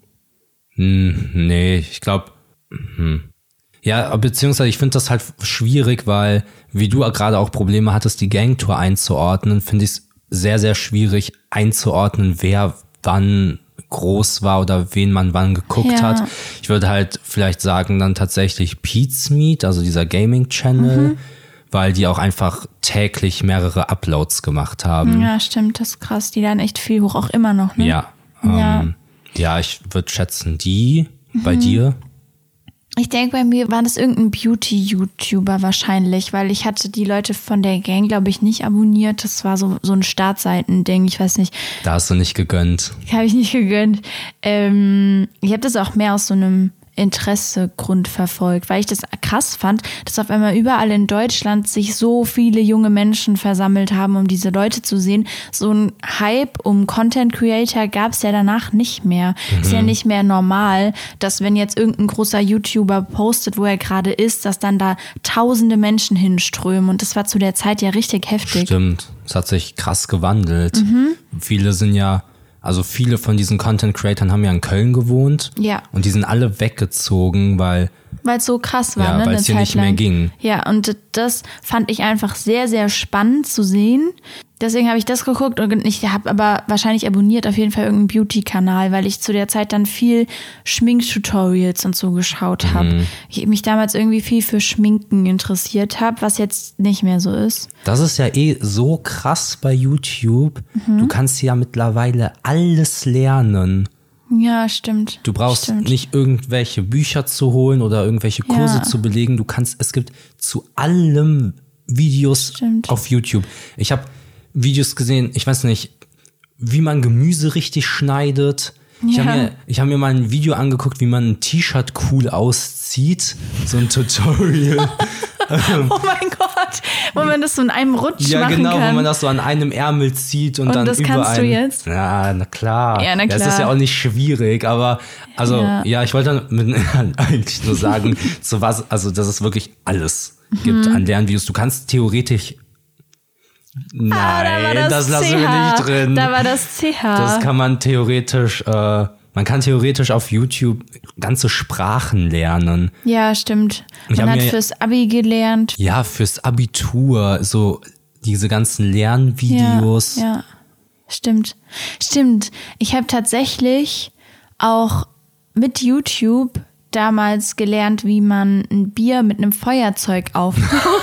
Hm, nee, ich glaube. Hm. Ja, beziehungsweise ich finde das halt schwierig, weil, wie du gerade auch Probleme hattest, die Gangtour einzuordnen, finde ich es sehr, sehr schwierig einzuordnen, wer wann groß war oder wen man wann geguckt
Ja.
hat. Ich würde halt vielleicht sagen, dann tatsächlich Pete's Meat, also dieser Gaming-Channel,
Mhm.
weil die auch einfach täglich mehrere Uploads gemacht haben.
Ja, stimmt, das ist krass. Die laden echt viel hoch, auch immer noch, ne?
Ja.
Ja.
Ähm, ja, ich würde schätzen, die bei
Mhm.
dir.
Ich denke, bei mir war das irgendein Beauty-YouTuber wahrscheinlich, weil ich hatte die Leute von der Gang, glaube ich, nicht abonniert. Das war so, so ein Startseiten-Ding, ich weiß nicht.
Da hast du nicht gegönnt.
Habe ich nicht gegönnt. Ähm, ich habe das auch mehr aus so einem Interessegrund verfolgt, weil ich das krass fand, dass auf einmal überall in Deutschland sich so viele junge Menschen versammelt haben, um diese Leute zu sehen. So ein Hype um Content Creator gab es ja danach nicht mehr. Mhm. Ist ja nicht mehr normal, dass wenn jetzt irgendein großer YouTuber postet, wo er gerade ist, dass dann da tausende Menschen hinströmen. Und das war zu der Zeit ja richtig heftig.
Stimmt, es hat sich krass gewandelt.
Mhm.
Viele sind ja, also viele von diesen Content-Creatern haben ja in Köln gewohnt.
Ja.
Und die sind alle weggezogen, weil
Weil es so krass war,
Ja,
ne?
weil
eine
es hier
Zeit
nicht mehr
lang.
ging.
Ja, und das fand ich einfach sehr, sehr spannend zu sehen. Deswegen habe ich das geguckt und ich habe aber wahrscheinlich abonniert auf jeden Fall irgendeinen Beauty-Kanal, weil ich zu der Zeit dann viel Schminktutorials und so geschaut habe.
Mhm.
Ich mich damals irgendwie viel für Schminken interessiert habe, was jetzt nicht mehr so ist.
das ist ja eh so krass bei YouTube.
Mhm.
Du kannst ja mittlerweile alles lernen.
Ja, stimmt.
Du brauchst
stimmt.
nicht irgendwelche Bücher zu holen oder irgendwelche Kurse
Ja.
zu belegen. Du kannst, es gibt zu allem Videos
Stimmt.
auf YouTube. Ich habe Videos gesehen, ich weiß nicht, wie man Gemüse richtig schneidet. Ich
Ja.
habe mir, ich hab mir mal ein Video angeguckt, wie man ein T-Shirt cool auszieht. So ein Tutorial.
Oh mein Gott, wo man das so in einem Rutsch
Ja,
machen
genau,
kann.
wo man das so an einem Ärmel zieht und,
Und
dann
das
über
kannst du
einen-
jetzt?
Ja, na klar.
Ja, na
Das ist
klar.
ja auch nicht schwierig, aber also ja,
Ja.
ich wollte damit eigentlich nur sagen, zu was, also dass es wirklich alles gibt
Mhm.
an Lernvideos. Du kannst theoretisch Nein,
Ah, da war das,
das lassen
C H.
wir nicht drin.
Da war das C H.
Das kann man theoretisch, äh, man kann theoretisch auf YouTube ganze Sprachen lernen.
Ja, stimmt.
Ich
Man
hab
hat
mir-
fürs Abi gelernt.
Ja, fürs Abitur, so diese ganzen Lernvideos.
Ja, ja, stimmt. Stimmt. Ich habe tatsächlich auch mit YouTube damals gelernt, wie man ein Bier mit einem Feuerzeug aufmacht.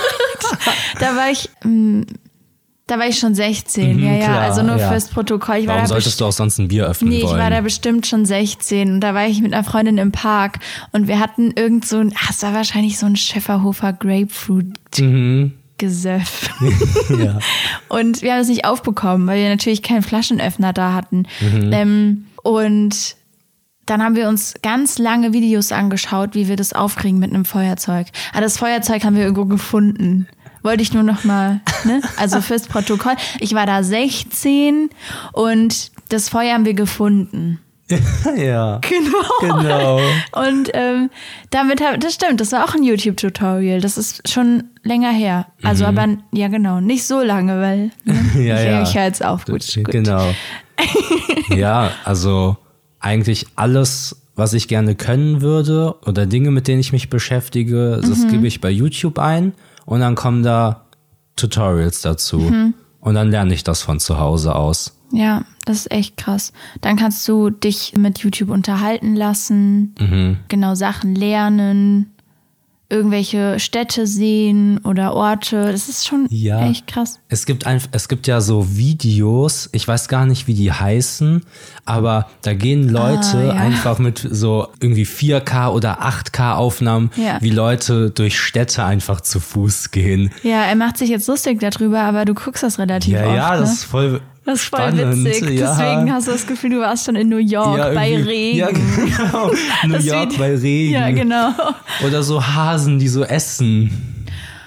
Da war ich, ähm, da war ich schon sechzehn.
Mhm,
ja, ja,
klar,
also nur
ja.
fürs Protokoll. Ich war
Warum
da
solltest du auch sonst ein Bier öffnen
Nee, ich
wollen?
war da bestimmt schon sechzehn und da war ich mit einer Freundin im Park und wir hatten irgend so ein, ach, es war wahrscheinlich so ein Schäferhofer Grapefruit
Mhm.
Gesöff.
Ja.
Und wir haben es nicht aufbekommen, weil wir natürlich keinen Flaschenöffner da hatten.
Mhm.
Ähm, und dann haben wir uns ganz lange Videos angeschaut, wie wir das aufkriegen mit einem Feuerzeug. Aber das Feuerzeug haben wir irgendwo gefunden. Wollte ich nur noch mal, ne? Also fürs Protokoll. Ich war da sechzehn und das Feuer haben wir gefunden.
Ja.
Genau.
Genau.
Und ähm, damit, hab, das stimmt, das war auch ein YouTube-Tutorial. Das ist schon länger her. Also aber, ja genau, nicht so lange, weil ne?
Ja,
ich,
ja.
ich höre jetzt auf. Gut, gut.
Genau. Ja, also eigentlich alles, was ich gerne können würde oder Dinge, mit denen ich mich beschäftige, das
Mhm.
gebe ich bei YouTube ein und dann kommen da Tutorials dazu.
Mhm.
Und dann lerne ich das von zu Hause aus.
Ja, das ist echt krass. Dann kannst du dich mit YouTube unterhalten lassen,
Mhm.
genau Sachen lernen. irgendwelche Städte sehen oder Orte. Das ist schon
ja,
echt krass.
Es gibt ein, es gibt ja so Videos, ich weiß gar nicht, wie die heißen, aber da gehen Leute
ah, ja.
einfach mit so irgendwie vier K oder acht K Aufnahmen,
ja.
wie Leute durch Städte einfach zu Fuß gehen.
Ja, er macht sich jetzt lustig darüber, aber du guckst das relativ
ja,
oft.
Ja, das
ne?
ist voll
Das ist voll
spannend.
witzig.
Ja.
Deswegen hast du das Gefühl, du warst schon in New York
ja,
bei Regen.
Ja, genau. New
Das
York
wird-
bei Regen.
Ja, genau.
Oder so Hasen, die so essen.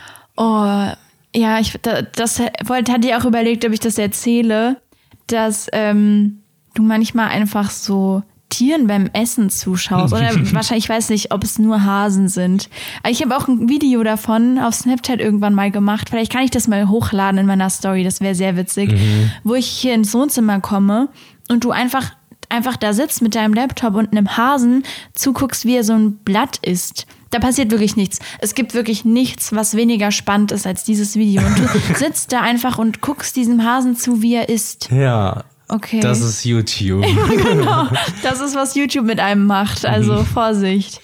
Oh, ja, ich da- das wollte, hatte ich auch überlegt, ob ich das erzähle, dass ähm, du manchmal einfach so Tieren beim Essen zuschaust. Oder wahrscheinlich, ich weiß nicht, ob es nur Hasen sind. Aber ich habe auch ein Video davon auf Snapchat irgendwann mal gemacht. Vielleicht kann ich das mal hochladen in meiner Story, das wäre sehr witzig. Mhm. Wo ich hier ins Wohnzimmer komme und du einfach, einfach da sitzt mit deinem Laptop und einem Hasen zuguckst, wie er so ein Blatt isst. Da passiert wirklich nichts. Es gibt wirklich nichts, was weniger spannend ist als dieses Video. Und du sitzt da einfach und guckst diesem Hasen zu, wie er isst.
Ja.
Okay.
Das ist YouTube.
Genau, das ist, was YouTube mit einem macht, also Vorsicht.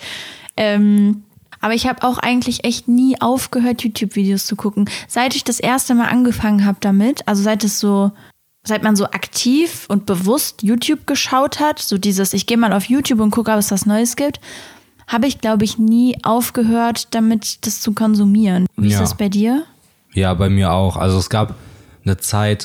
Ähm, aber ich habe auch eigentlich echt nie aufgehört, YouTube-Videos zu gucken. Seit ich das erste Mal angefangen habe damit, also seit es so, seit man so aktiv und bewusst YouTube geschaut hat, so dieses, ich gehe mal auf YouTube und gucke, ob es was Neues gibt, habe ich, glaube ich, nie aufgehört, damit das zu konsumieren. Wie
Ja.
ist das bei dir?
Ja, bei mir auch. Also es gab eine Zeit,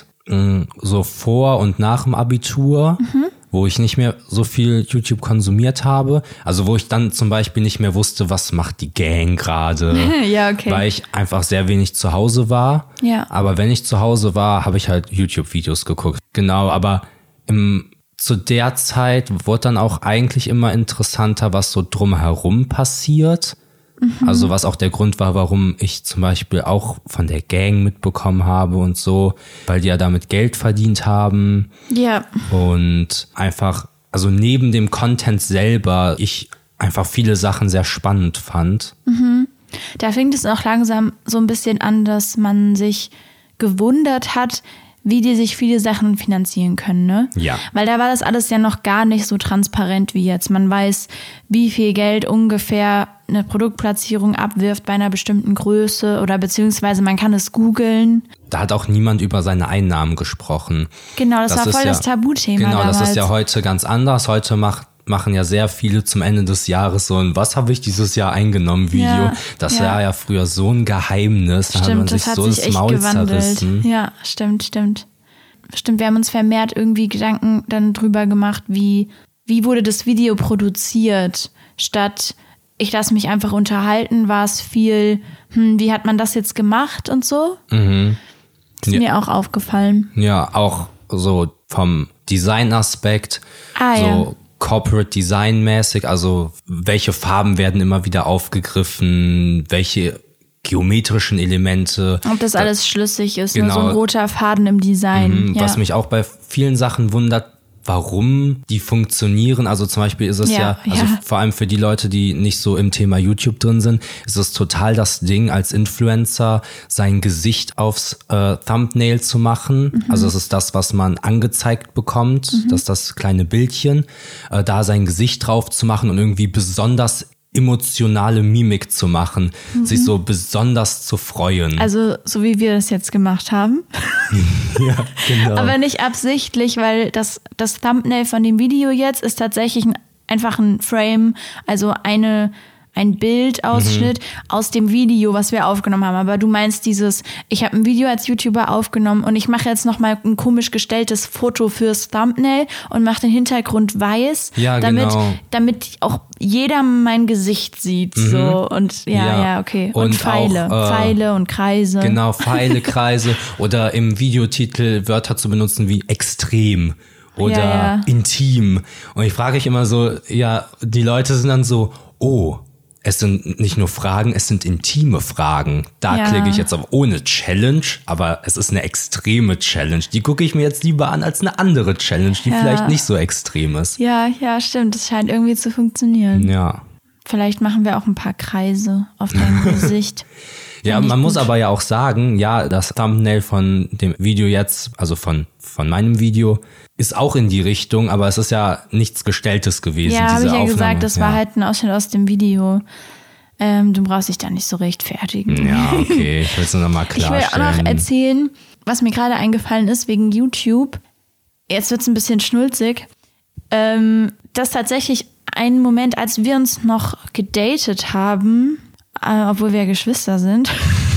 so vor und nach dem Abitur, mhm. wo ich nicht mehr so viel YouTube konsumiert habe. Also wo ich dann zum Beispiel nicht mehr wusste, was macht die Gang gerade.
Ja, okay.
Weil ich einfach sehr wenig zu Hause war.
Ja.
Aber wenn ich zu Hause war, habe ich halt YouTube-Videos geguckt. Genau, aber im, zu der Zeit wurde dann auch eigentlich immer interessanter, was so drumherum passiert. Mhm. Also was auch der Grund war, warum ich zum Beispiel auch von der Gang mitbekommen habe und so, weil die ja damit Geld verdient haben.
Ja.
Und einfach, also neben dem Content selber, ich einfach viele Sachen sehr spannend fand.
Mhm. Da fing es auch langsam so ein bisschen an, dass man sich gewundert hat, wie die sich viele Sachen finanzieren können, ne?
Ja.
Weil da war das alles ja noch gar nicht so transparent wie jetzt. Man weiß, wie viel Geld ungefähr eine Produktplatzierung abwirft bei einer bestimmten Größe oder beziehungsweise man kann es googeln.
Da hat auch niemand über seine Einnahmen gesprochen.
Genau, das, das war voll
ja,
das Tabuthema
Genau,
damals.
das ist ja heute ganz anders. Heute macht machen ja sehr viele zum Ende des Jahres so ein Was habe ich dieses Jahr eingenommen Video.
Ja,
das
ja.
war ja früher so ein Geheimnis. Da
Stimmt,
hat man sich
das hat
so
sich
das
echt
Maul
gewandelt.
zerrissen.
Ja, stimmt, stimmt. Stimmt, wir haben uns vermehrt irgendwie Gedanken dann drüber gemacht, wie, wie wurde das Video produziert, statt ich lasse mich einfach unterhalten, war es viel, hm, wie hat man das jetzt gemacht und so.
Mhm.
Ist
ja.
mir auch aufgefallen.
Ja, auch so vom Design-Aspekt,
Ah,
so
ja.
Corporate Design mäßig, also welche Farben werden immer wieder aufgegriffen, welche geometrischen Elemente.
Ob das alles schlüssig ist,
Genau.
nur so ein roter Faden im Design.
Mhm,
ja.
Was mich auch bei vielen Sachen wundert, warum die funktionieren. Also zum Beispiel ist es ja,
Ja,
also
ja.
vor allem für die Leute, die nicht so im Thema YouTube drin sind, ist es total das Ding, als Influencer sein Gesicht aufs äh, Thumbnail zu machen. Mhm. Also es ist das, was man angezeigt bekommt, mhm. das ist das kleine Bildchen, äh, da sein Gesicht drauf zu machen und irgendwie besonders emotionale Mimik zu machen, mhm. sich so besonders zu freuen.
Also so wie wir das jetzt gemacht haben.
Ja, genau.
Aber nicht absichtlich, weil das, das Thumbnail von dem Video jetzt ist tatsächlich ein, einfach ein Frame, also eine, ein Bildausschnitt mhm. aus dem Video, was wir aufgenommen haben. Aber du meinst dieses, ich habe ein Video als YouTuber aufgenommen und ich mache jetzt nochmal ein komisch gestelltes Foto fürs Thumbnail und mache den Hintergrund weiß,
ja,
damit,
genau.
damit auch jeder mein Gesicht sieht.
Mhm.
So und ja, ja, ja okay. Und,
Und
Pfeile,
auch, äh,
Pfeile und Kreise.
Genau, Pfeile, Kreise oder im Videotitel Wörter zu benutzen wie extrem oder
Ja, ja.
intim. Und ich frage mich immer so, ja, die Leute sind dann so, oh, es sind nicht nur Fragen, es sind intime Fragen. Da
Ja.
klicke ich jetzt auf ohne Challenge, aber es ist eine extreme Challenge. Die gucke ich mir jetzt lieber an als eine andere Challenge, die
Ja.
vielleicht nicht so extrem ist.
Ja, ja, stimmt. Das scheint irgendwie zu funktionieren.
Ja.
Vielleicht machen wir auch ein paar Kreise auf deinem Gesicht.
Ja,
Find ich
man muss
gut.
aber ja auch sagen, ja, das Thumbnail von dem Video jetzt, also von, von meinem Video, ist auch in die Richtung, aber es ist ja nichts Gestelltes gewesen,
Ja, habe
diese
ich ja
Aufnahme.
gesagt, das
ja.
war halt ein Ausschnitt aus dem Video. Ähm, du brauchst dich da nicht so rechtfertigen.
Ja, okay, ich will es nur noch mal klarstellen.
Ich will auch noch erzählen, was mir gerade eingefallen ist wegen YouTube. Jetzt wird es ein bisschen schnulzig. Ähm, dass tatsächlich ein Moment, als wir uns noch gedatet haben, äh, obwohl wir ja Geschwister sind,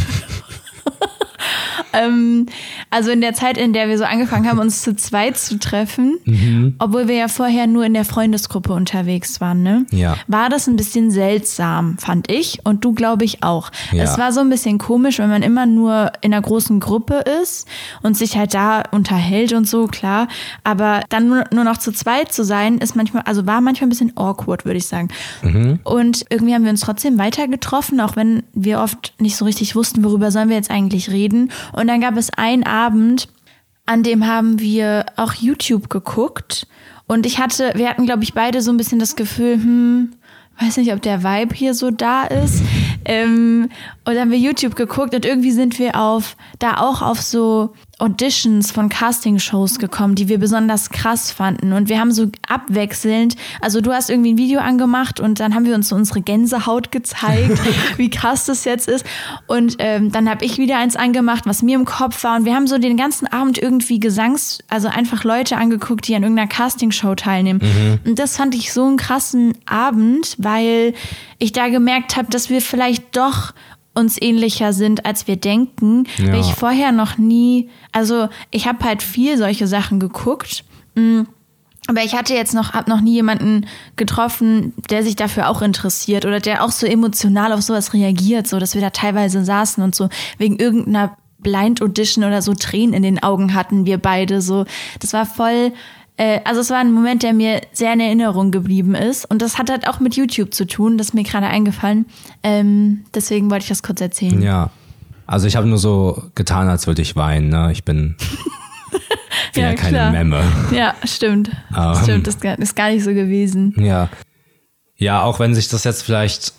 ähm, also in der Zeit, in der wir so angefangen haben, uns zu zweit zu treffen, mhm. obwohl wir ja vorher nur in der Freundesgruppe unterwegs waren, ne?
Ja.
War das ein bisschen seltsam, fand ich. Und du, glaube ich, auch.
Ja.
Es war so ein bisschen komisch, wenn man immer nur in einer großen Gruppe ist und sich halt da unterhält und so, klar. Aber dann nur, nur noch zu zweit zu sein, ist manchmal, also war manchmal ein bisschen awkward, würde ich sagen. Mhm. Und irgendwie haben wir uns trotzdem weiter getroffen, auch wenn wir oft nicht so richtig wussten, worüber sollen wir jetzt eigentlich reden. Und dann gab es einen Abend, an dem haben wir auch YouTube geguckt. Und ich hatte, wir hatten, glaube ich, beide so ein bisschen das Gefühl, hm, weiß nicht, ob der Vibe hier so da ist. Ähm, und dann haben wir YouTube geguckt und irgendwie sind wir auf, da auch auf so Auditions von Castingshows gekommen, die wir besonders krass fanden. Und wir haben so abwechselnd, also du hast irgendwie ein Video angemacht und dann haben wir uns so unsere Gänsehaut gezeigt, wie krass das jetzt ist. Und ähm, dann habe ich wieder eins angemacht, was mir im Kopf war. Und wir haben so den ganzen Abend irgendwie Gesangs-, also einfach Leute angeguckt, die an irgendeiner Castingshow teilnehmen. Mhm. Und das fand ich so einen krassen Abend, weil ich da gemerkt habe, dass wir vielleicht doch uns ähnlicher sind, als wir denken, ja. Weil ich vorher noch nie, also ich habe halt viel solche Sachen geguckt, aber ich hatte jetzt noch, hab noch nie jemanden getroffen, der sich dafür auch interessiert oder der auch so emotional auf sowas reagiert, so dass wir da teilweise saßen und so wegen irgendeiner Blind Audition oder so Tränen in den Augen hatten wir beide so. Das war voll, äh, also es war ein Moment, der mir sehr in Erinnerung geblieben ist und das hat halt auch mit YouTube zu tun, das ist mir gerade eingefallen. Ähm, deswegen wollte ich das kurz erzählen.
Ja, also ich habe nur so getan, als würde ich weinen, ne? Ich bin ja, ja keine klar. Memme.
Ja, stimmt. Um, stimmt, das ist gar nicht so gewesen.
Ja. Ja, auch wenn sich das jetzt vielleicht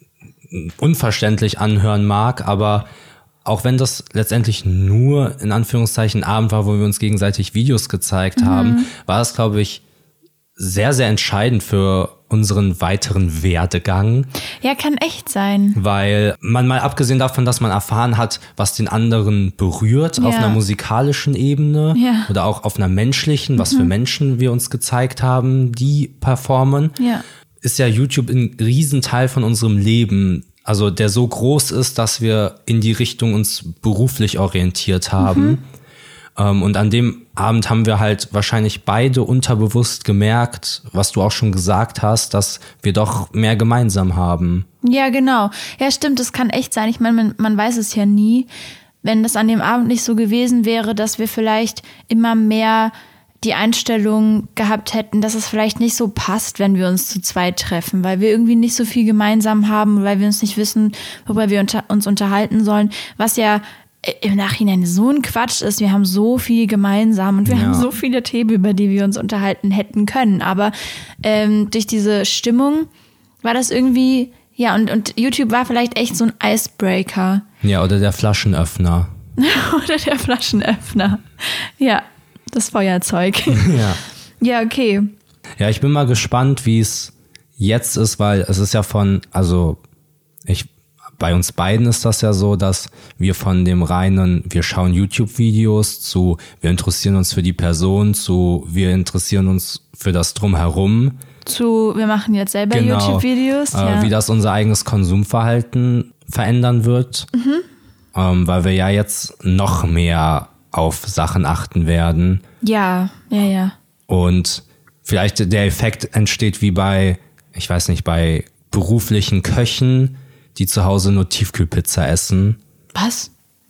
unverständlich anhören mag, aber auch wenn das letztendlich nur in Anführungszeichen ein Abend war, wo wir uns gegenseitig Videos gezeigt mhm. haben, war das, glaube ich, sehr, sehr entscheidend für unseren weiteren Werdegang.
Ja, kann echt sein.
Weil man mal abgesehen davon, dass man erfahren hat, was den anderen berührt ja. auf einer musikalischen Ebene ja. oder auch auf einer menschlichen, was mhm. für Menschen wir uns gezeigt haben, die performen, ja. ist ja YouTube ein Riesenteil von unserem Leben. Also der so groß ist, dass wir in die Richtung uns beruflich orientiert haben. Mhm. Um, und an dem Abend haben wir halt wahrscheinlich beide unterbewusst gemerkt, was du auch schon gesagt hast, dass wir doch mehr gemeinsam haben.
Ja, genau. Ja, stimmt, das kann echt sein. Ich meine, man, man weiß es ja nie. Wenn das an dem Abend nicht so gewesen wäre, dass wir vielleicht immer mehr die Einstellung gehabt hätten, dass es vielleicht nicht so passt, wenn wir uns zu zweit treffen, weil wir irgendwie nicht so viel gemeinsam haben, weil wir uns nicht wissen, worüber wir unter, uns unterhalten sollen, was ja im Nachhinein so ein Quatsch ist. Wir haben so viel gemeinsam und wir ja. haben so viele Themen, über die wir uns unterhalten hätten können. Aber ähm, durch diese Stimmung war das irgendwie, ja, und, und YouTube war vielleicht echt so ein Icebreaker.
Ja, oder der Flaschenöffner.
Oder der Flaschenöffner. Ja, das Feuerzeug.
Ja.
Ja, okay.
Ja, ich bin mal gespannt, wie es jetzt ist, weil es ist ja von, also ich bei uns beiden ist das ja so, dass wir von dem reinen, wir schauen YouTube-Videos zu, wir interessieren uns für die Person, zu, wir interessieren uns für das Drumherum.
Zu, wir machen jetzt selber genau, YouTube-Videos.
Äh,
ja.
Wie das unser eigenes Konsumverhalten verändern wird. Mhm. Ähm, weil wir ja jetzt noch mehr auf Sachen achten werden.
Ja, ja, ja.
Und vielleicht der Effekt entsteht wie bei, ich weiß nicht, bei beruflichen Köchen, die zu Hause nur Tiefkühlpizza essen.
Was?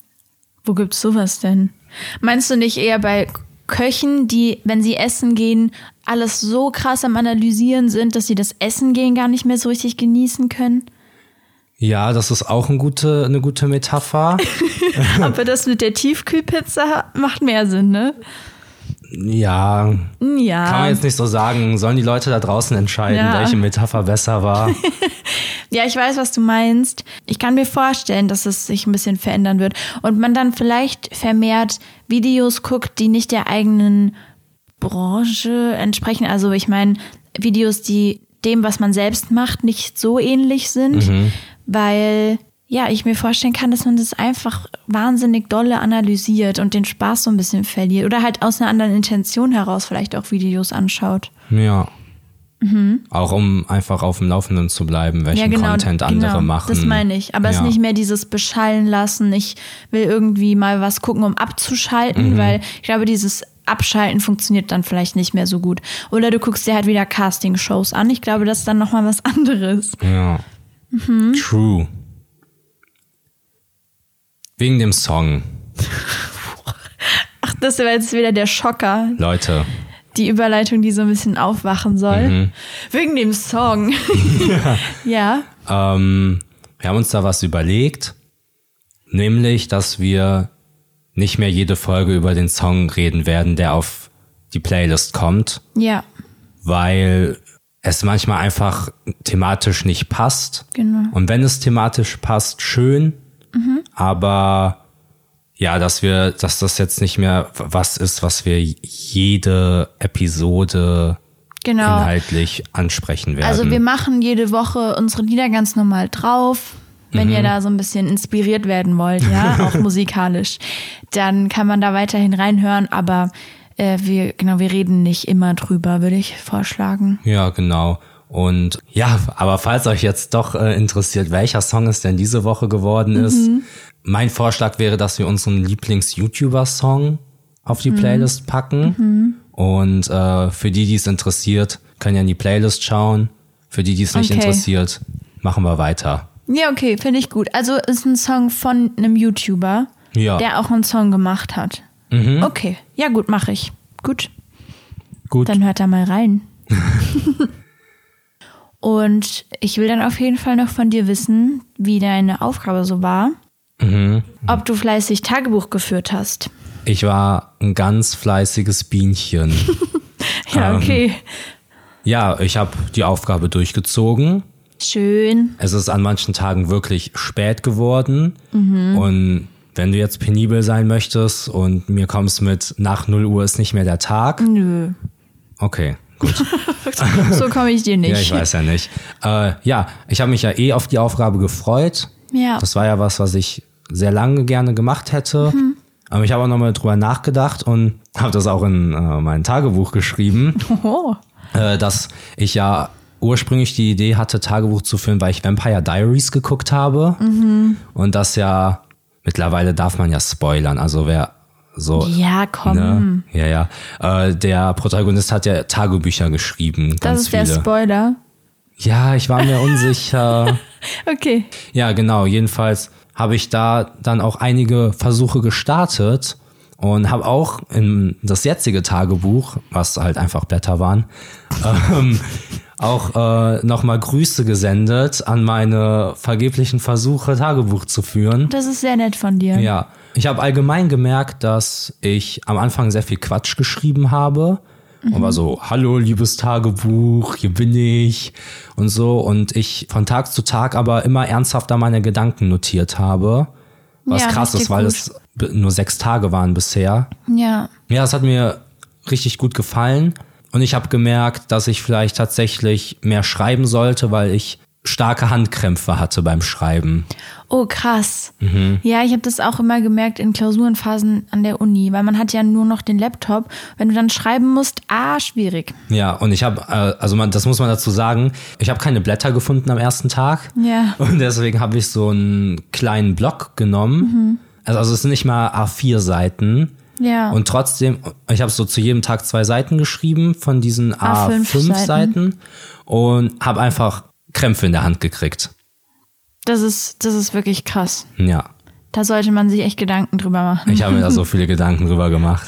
Wo gibt's sowas denn? Meinst du nicht eher bei Köchen, die, wenn sie essen gehen, alles so krass am Analysieren sind, dass sie das Essen gehen gar nicht mehr so richtig genießen können?
Ja, das ist auch eine gute, eine gute Metapher.
Aber das mit der Tiefkühlpizza macht mehr Sinn, ne?
Ja,
ja,
kann man jetzt nicht so sagen. Sollen die Leute da draußen entscheiden, ja. welche Metapher besser war?
Ja, ich weiß, was du meinst. Ich kann mir vorstellen, dass es sich ein bisschen verändern wird. Und man dann vielleicht vermehrt Videos guckt, die nicht der eigenen Branche entsprechen. Also ich meine, Videos, die dem, was man selbst macht, nicht so ähnlich sind. Mhm. weil ja, ich mir vorstellen kann, dass man das einfach wahnsinnig dolle analysiert und den Spaß so ein bisschen verliert oder halt aus einer anderen Intention heraus vielleicht auch Videos anschaut.
Ja. Mhm. Auch um einfach auf dem Laufenden zu bleiben, welchen ja, genau, Content andere
genau,
machen.
Das meine ich. Aber es ja. ist nicht mehr dieses Beschallen lassen. Ich will irgendwie mal was gucken, um abzuschalten, mhm. weil ich glaube, dieses Abschalten funktioniert dann vielleicht nicht mehr so gut. Oder du guckst dir halt wieder Casting-Shows an. Ich glaube, das ist dann nochmal was anderes.
Ja. Mhm. True. Wegen dem Song.
Ach, das wäre jetzt wieder der Schocker.
Leute.
Die Überleitung, die so ein bisschen aufwachen soll. Mhm. Wegen dem Song. ja. ja.
Ähm, wir haben uns da was überlegt. Nämlich, dass wir nicht mehr jede Folge über den Song reden werden, der auf die Playlist kommt.
Ja.
Weil es manchmal einfach thematisch nicht passt.
Genau.
Und wenn es thematisch passt, schön. Mhm. Aber ja, dass wir, dass das jetzt nicht mehr was ist, was wir jede Episode genau. inhaltlich ansprechen werden.
Also wir machen jede Woche unsere Lieder ganz normal drauf. Wenn mhm. ihr da so ein bisschen inspiriert werden wollt, ja, auch musikalisch, dann kann man da weiterhin reinhören. Aber äh, wir, genau, wir reden nicht immer drüber, würde ich vorschlagen.
Ja, genau. Und ja, aber falls euch jetzt doch äh, interessiert, welcher Song es denn diese Woche geworden ist, mhm. mein Vorschlag wäre, dass wir unseren Lieblings-YouTuber-Song auf die mhm. Playlist packen. Mhm. Und äh, für die, die es interessiert, können ja in die Playlist schauen. Für die, die es nicht okay. interessiert, machen wir weiter.
Ja, okay, finde ich gut. Also ist ein Song von einem YouTuber, ja. der auch einen Song gemacht hat. Mhm. Okay, ja gut, mache ich. Gut.
Gut.
Dann hört da mal rein. Und ich will dann auf jeden Fall noch von dir wissen, wie deine Aufgabe so war. Mhm. Ob du fleißig Tagebuch geführt hast.
Ich war ein ganz fleißiges Bienchen.
ja, okay. Ähm,
ja, ich habe die Aufgabe durchgezogen.
Schön.
Es ist an manchen Tagen wirklich spät geworden. Mhm. Und wenn du jetzt penibel sein möchtest und mir kommst mit nach null Uhr ist nicht mehr der Tag.
Nö.
Okay, gut.
So komme ich dir nicht.
Ja, ich weiß ja nicht. Äh, ja, ich habe mich ja eh auf die Aufgabe gefreut.
Ja.
Das war ja was, was ich sehr lange gerne gemacht hätte. Mhm. Aber ich habe auch nochmal drüber nachgedacht und habe das auch in äh, mein Tagebuch geschrieben.
Oh.
Äh, dass ich ja ursprünglich die Idee hatte, Tagebuch zu führen, weil ich Vampire Diaries geguckt habe. Mhm. Und das ja, mittlerweile darf man ja spoilern. Also wer so.
Ja, komm.
Ne? Ja, ja. Äh, der Protagonist hat ja Tagebücher geschrieben. Ganz
das ist
viele.
Der Spoiler.
Ja, ich war mir unsicher.
Okay.
Ja, genau. Jedenfalls habe ich da dann auch einige Versuche gestartet und habe auch in das jetzige Tagebuch, was halt einfach Blätter waren, ähm, auch äh, nochmal Grüße gesendet an meine vergeblichen Versuche, Tagebuch zu führen.
Das ist sehr nett von dir.
Ja, ich habe allgemein gemerkt, dass ich am Anfang sehr viel Quatsch geschrieben habe. Und war so, hallo, liebes Tagebuch, hier bin ich und so. Und ich von Tag zu Tag aber immer ernsthafter meine Gedanken notiert habe. Was ja, krass ist, weil gut. es nur sechs Tage waren bisher.
Ja.
Ja, es hat mir richtig gut gefallen. Und ich habe gemerkt, dass ich vielleicht tatsächlich mehr schreiben sollte, weil ich starke Handkrämpfe hatte beim Schreiben.
Oh, krass. Mhm. Ja, ich habe das auch immer gemerkt in Klausurenphasen an der Uni, weil man hat ja nur noch den Laptop. Wenn du dann schreiben musst, ah, schwierig.
Ja, und ich habe, äh, also man, das muss man dazu sagen, ich habe keine Blätter gefunden am ersten Tag.
Ja.
Und deswegen habe ich so einen kleinen Block genommen. Mhm. Also, also es sind nicht mal A vier Seiten.
Ja.
Und trotzdem, ich habe so zu jedem Tag zwei Seiten geschrieben von diesen A fünf, A fünf Seiten. Seiten und habe einfach Krämpfe in der Hand gekriegt.
Das ist, das ist wirklich krass.
Ja.
Da sollte man sich echt Gedanken drüber machen.
Ich habe mir da so viele Gedanken drüber gemacht.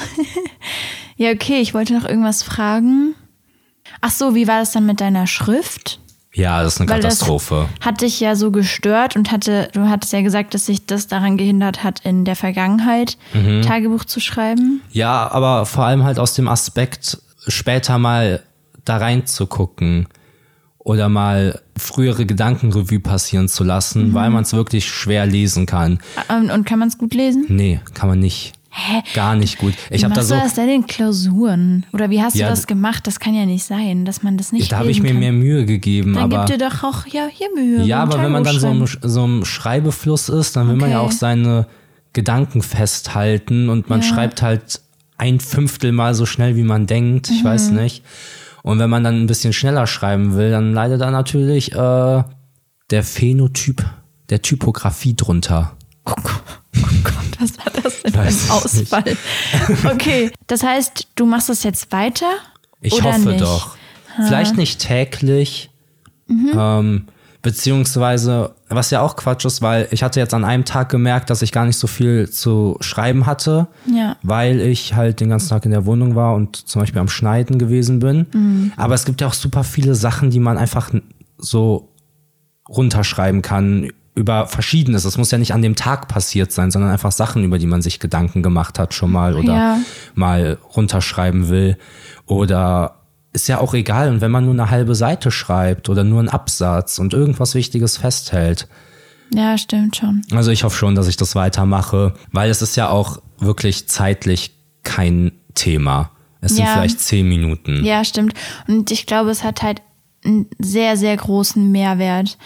Ja, okay, ich wollte noch irgendwas fragen. Ach so, wie war das dann mit deiner Schrift?
Ja, das ist eine
Weil
Katastrophe.
Das hat dich ja so gestört und hatte, du hattest ja gesagt, dass sich das daran gehindert hat, in der Vergangenheit mhm. Tagebuch zu schreiben.
Ja, aber vor allem halt aus dem Aspekt, später mal da reinzugucken. Oder mal frühere Gedankenrevue passieren zu lassen, mhm. weil man es wirklich schwer lesen kann.
Und, und kann man es gut lesen?
Nee, kann man nicht.
Hä?
Gar nicht gut. Ich
Wie
habe da
machst
so.
du das denn in Klausuren? Oder wie hast
Ja,
du das gemacht? Das kann ja nicht sein, dass man das nicht
Da habe ich
lesen
mir
kann.
mehr Mühe gegeben.
Dann
aber
gib dir doch auch ja, hier Mühe.
Ja,
beim
aber wenn man dann so
Tagebuch
im, so im Schreibefluss ist, dann will man ja
Okay.
auch seine Gedanken festhalten und man
Ja.
schreibt halt ein Fünftel mal so schnell, wie man denkt. Ich
Mhm.
weiß nicht. Und wenn man dann ein bisschen schneller schreiben will, dann leidet da natürlich äh, der Phänotyp, der Typografie drunter.
Oh Gott, oh Gott, was war das denn für ein
Weiß ich
Ausfall? Okay, das heißt, du machst das jetzt weiter?
Ich
oder
hoffe
nicht?
doch. Vielleicht nicht täglich,
Mhm.
ähm, beziehungsweise, was ja auch Quatsch ist, weil ich hatte jetzt an einem Tag gemerkt, dass ich gar nicht so viel zu schreiben hatte,
Ja.
weil ich halt den ganzen Tag in der Wohnung war und zum Beispiel am Schneiden gewesen bin.
Mhm.
Aber es gibt ja auch super viele Sachen, die man einfach so runterschreiben kann über Verschiedenes. Es muss ja nicht an dem Tag passiert sein, sondern einfach Sachen, über die man sich Gedanken gemacht hat schon mal oder
Ja.
mal runterschreiben will. Oder ist ja auch egal. Und wenn man nur eine halbe Seite schreibt oder nur einen Absatz und irgendwas Wichtiges festhält.
Ja, stimmt schon.
Also ich hoffe schon, dass ich das weitermache, weil es ist ja auch wirklich zeitlich kein Thema. Es sind
Ja.
vielleicht zehn Minuten.
Ja, stimmt. Und ich glaube, es hat halt einen sehr, sehr großen Mehrwert,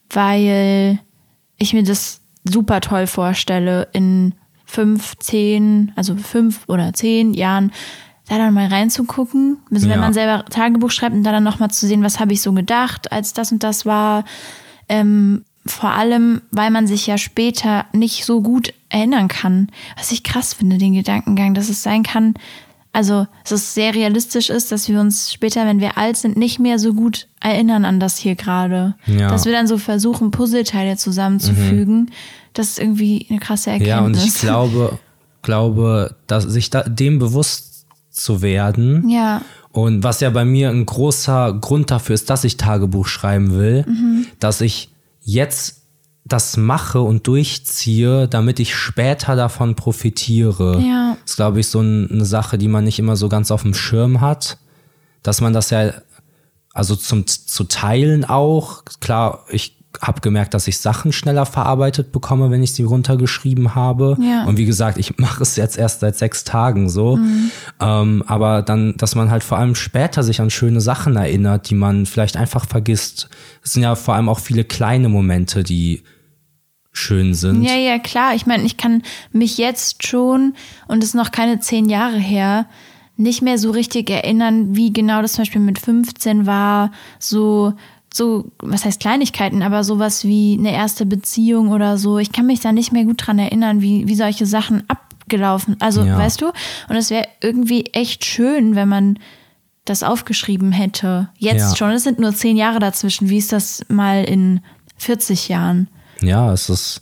weil ich mir das super toll vorstelle, in fünf, zehn, also fünf oder zehn Jahren da dann mal reinzugucken. Also wenn
Ja.
man selber Tagebuch schreibt und dann nochmal zu sehen, was habe ich so gedacht, als das und das war. Ähm, vor allem, weil man sich ja später nicht so gut erinnern kann. Was ich krass finde, den Gedankengang, dass es sein kann, also dass es sehr realistisch ist, dass wir uns später, wenn wir alt sind, nicht mehr so gut erinnern an das hier gerade.
Ja.
Dass wir dann so versuchen, Puzzleteile zusammenzufügen. Das ist irgendwie eine krasse Erkenntnis.
Ja, und ich glaube, glaube, dass sich da dem bewusst zu werden.
Ja,
Und was ja bei mir ein großer Grund dafür ist, dass ich Tagebuch schreiben will, dass ich jetzt das mache und durchziehe, damit ich später davon profitiere.
Ja.
Das ist, glaube ich, so ein- eine Sache, die man nicht immer so ganz auf dem Schirm hat. Dass man das ja, also zum zu teilen auch, klar, ich habe gemerkt, dass ich Sachen schneller verarbeitet bekomme, wenn ich sie runtergeschrieben habe.
Ja.
Und wie gesagt, ich mache es jetzt erst seit sechs Tagen so. Ähm, aber dann, dass man halt vor allem später sich an schöne Sachen erinnert, die man vielleicht einfach vergisst. Es sind ja vor allem auch viele kleine Momente, die schön sind.
ja, ja, klar. Ich meine, ich kann mich jetzt schon, und es ist noch keine zehn Jahre her, nicht mehr so richtig erinnern, wie genau das zum Beispiel mit fünfzehn war. So, so, was heißt Kleinigkeiten, aber sowas wie eine erste Beziehung oder so. Ich kann mich da nicht mehr gut dran erinnern, wie, wie solche Sachen abgelaufen. Also,
Ja.
weißt du? Und es wäre irgendwie echt schön, wenn man das aufgeschrieben hätte. Jetzt
Ja.
schon. Es sind nur zehn Jahre dazwischen. Wie ist das mal in vierzig Jahren?
Ja, es ist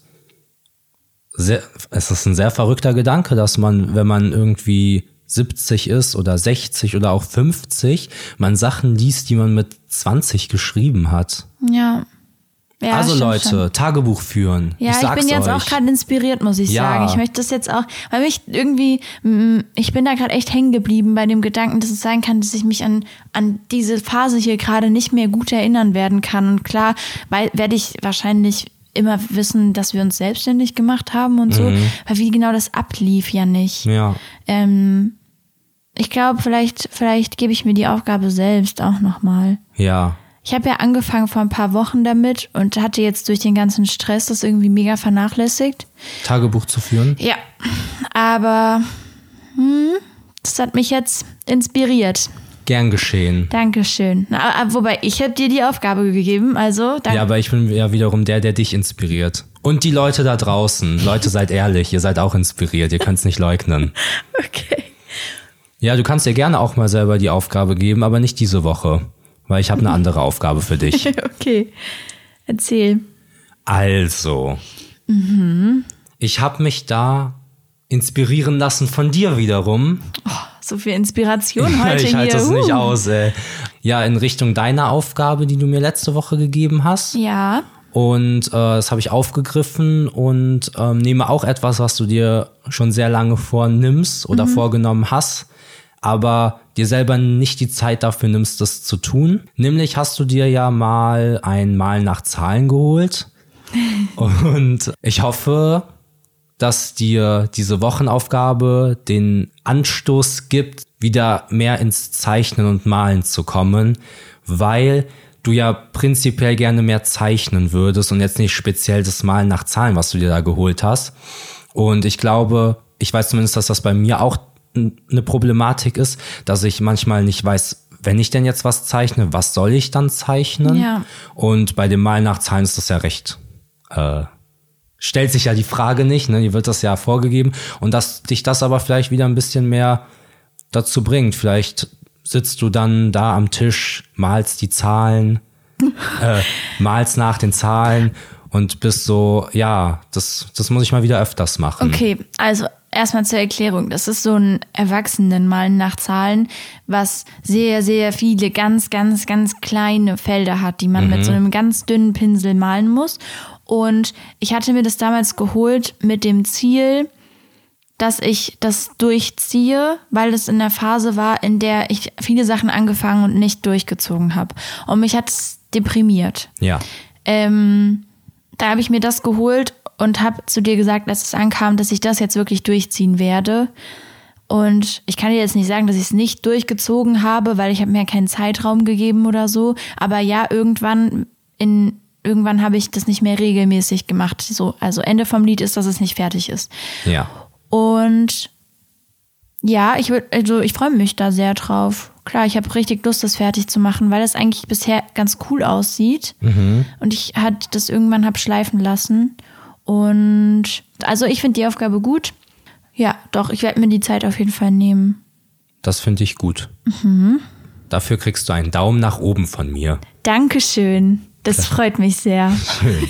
sehr, es ist ein sehr verrückter Gedanke, dass man, wenn man irgendwie siebzig ist oder sechzig oder auch fünfzig, man Sachen liest, die man mit zwanzig geschrieben hat.
Ja. Ja,
also
stimmt
Leute,
schon.
Tagebuch führen.
Ja,
ich
ich,
sag's
bin jetzt
euch.
auch gerade inspiriert, muss ich
Ja.
sagen. Ich möchte das jetzt auch, weil mich irgendwie, mm, ich bin da gerade echt hängen geblieben bei dem Gedanken, dass es sein kann, dass ich mich an, an diese Phase hier gerade nicht mehr gut erinnern werden kann. Und klar, weil werde ich wahrscheinlich immer wissen, dass wir uns selbstständig gemacht haben und so, weil wie genau das ablief, ja nicht.
Ja.
Ähm, ich glaube, vielleicht, vielleicht gebe ich mir die Aufgabe selbst auch nochmal.
Ja.
Ich habe ja angefangen vor ein paar Wochen damit und hatte jetzt durch den ganzen Stress das irgendwie mega vernachlässigt.
Tagebuch zu führen.
Ja, aber hm, das hat mich jetzt inspiriert.
Gern geschehen.
Dankeschön. Na, wobei, ich habe dir die Aufgabe gegeben, also danke.
Ja, aber ich bin ja wiederum der, der dich inspiriert. Und die Leute da draußen. Leute, seid ehrlich, ihr seid auch inspiriert, ihr könnt es nicht leugnen.
Okay.
Ja, du kannst dir gerne auch mal selber die Aufgabe geben, aber nicht diese Woche. Weil ich habe eine andere Aufgabe für dich.
Okay. Erzähl.
Also,
Mhm.
ich habe mich da inspirieren lassen von dir wiederum.
So viel Inspiration heute
ich
hier.
halte das
Uh.
nicht aus, ey. Ja, in Richtung deiner Aufgabe, die du mir letzte Woche gegeben hast.
Ja.
Und äh, das habe ich aufgegriffen und ähm, nehme auch etwas, was du dir schon sehr lange vornimmst oder
Mhm.
vorgenommen hast, aber dir selber nicht die Zeit dafür nimmst, das zu tun. Nämlich hast du dir ja mal ein Mal nach Zahlen geholt. Und ich hoffe, dass dir diese Wochenaufgabe den Anstoß gibt, wieder mehr ins Zeichnen und Malen zu kommen, weil du ja prinzipiell gerne mehr zeichnen würdest und jetzt nicht speziell das Malen nach Zahlen, was du dir da geholt hast. Und ich glaube, ich weiß zumindest, dass das bei mir auch eine Problematik ist, dass ich manchmal nicht weiß, wenn ich denn jetzt was zeichne, was soll ich dann zeichnen?
Ja.
Und bei dem Malen nach Zahlen ist das ja recht, äh, stellt sich ja die Frage nicht, ne? Dir wird das ja vorgegeben. Und dass dich das aber vielleicht wieder ein bisschen mehr dazu bringt. Vielleicht sitzt du dann da am Tisch, malst die Zahlen, äh, malst nach den Zahlen und bist so, ja, das, das muss ich mal wieder öfters machen.
Okay, also erstmal zur Erklärung. Das ist so ein Erwachsenenmalen nach Zahlen, was sehr, sehr viele ganz, ganz, ganz kleine Felder hat, die man mhm. mit so einem ganz dünnen Pinsel malen muss. Und ich hatte mir das damals geholt mit dem Ziel, dass ich das durchziehe, weil es in der Phase war, in der ich viele Sachen angefangen und nicht durchgezogen habe. Und mich hat es deprimiert.
Ja.
Ähm, da habe ich mir das geholt und habe zu dir gesagt, als es ankam, dass ich das jetzt wirklich durchziehen werde. Und ich kann dir jetzt nicht sagen, dass ich es nicht durchgezogen habe, weil ich habe mir keinen Zeitraum gegeben oder so. Aber ja, irgendwann in irgendwann habe ich das nicht mehr regelmäßig gemacht. So, also Ende vom Lied ist, dass es nicht fertig ist.
Ja.
Und ja, ich würde, also ich freue mich da sehr drauf. Klar, ich habe richtig Lust, das fertig zu machen, weil das eigentlich bisher ganz cool aussieht. Mhm. Und ich halt das irgendwann hab schleifen lassen. Und also ich finde die Aufgabe gut. Ja, doch, ich werde mir die Zeit auf jeden Fall nehmen.
Das finde ich gut. Mhm. Dafür kriegst du einen Daumen nach oben von mir.
Dankeschön. Das Klar. freut mich sehr.
Schön.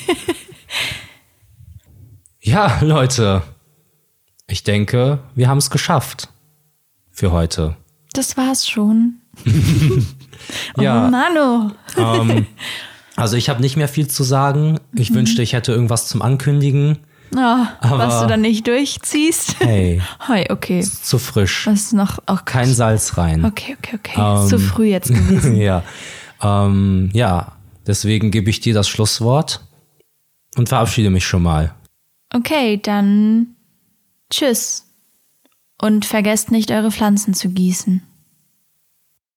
Ja, Leute. Ich denke, wir haben es geschafft für heute.
Das war's schon.
Ja.
Oh Mano.
ähm, also ich habe nicht mehr viel zu sagen. Ich mhm. wünschte, ich hätte irgendwas zum Ankündigen.
Oh, aber was du dann nicht durchziehst.
Hey.
Hey, okay.
Ist zu frisch.
Das ist noch auch
kein Salz rein.
Okay, okay, okay. Ähm, ist zu früh jetzt gewesen.
ja. Ähm, ja, deswegen gebe ich dir das Schlusswort und verabschiede mich schon mal.
Okay, dann tschüss. Und vergesst nicht, eure Pflanzen zu gießen.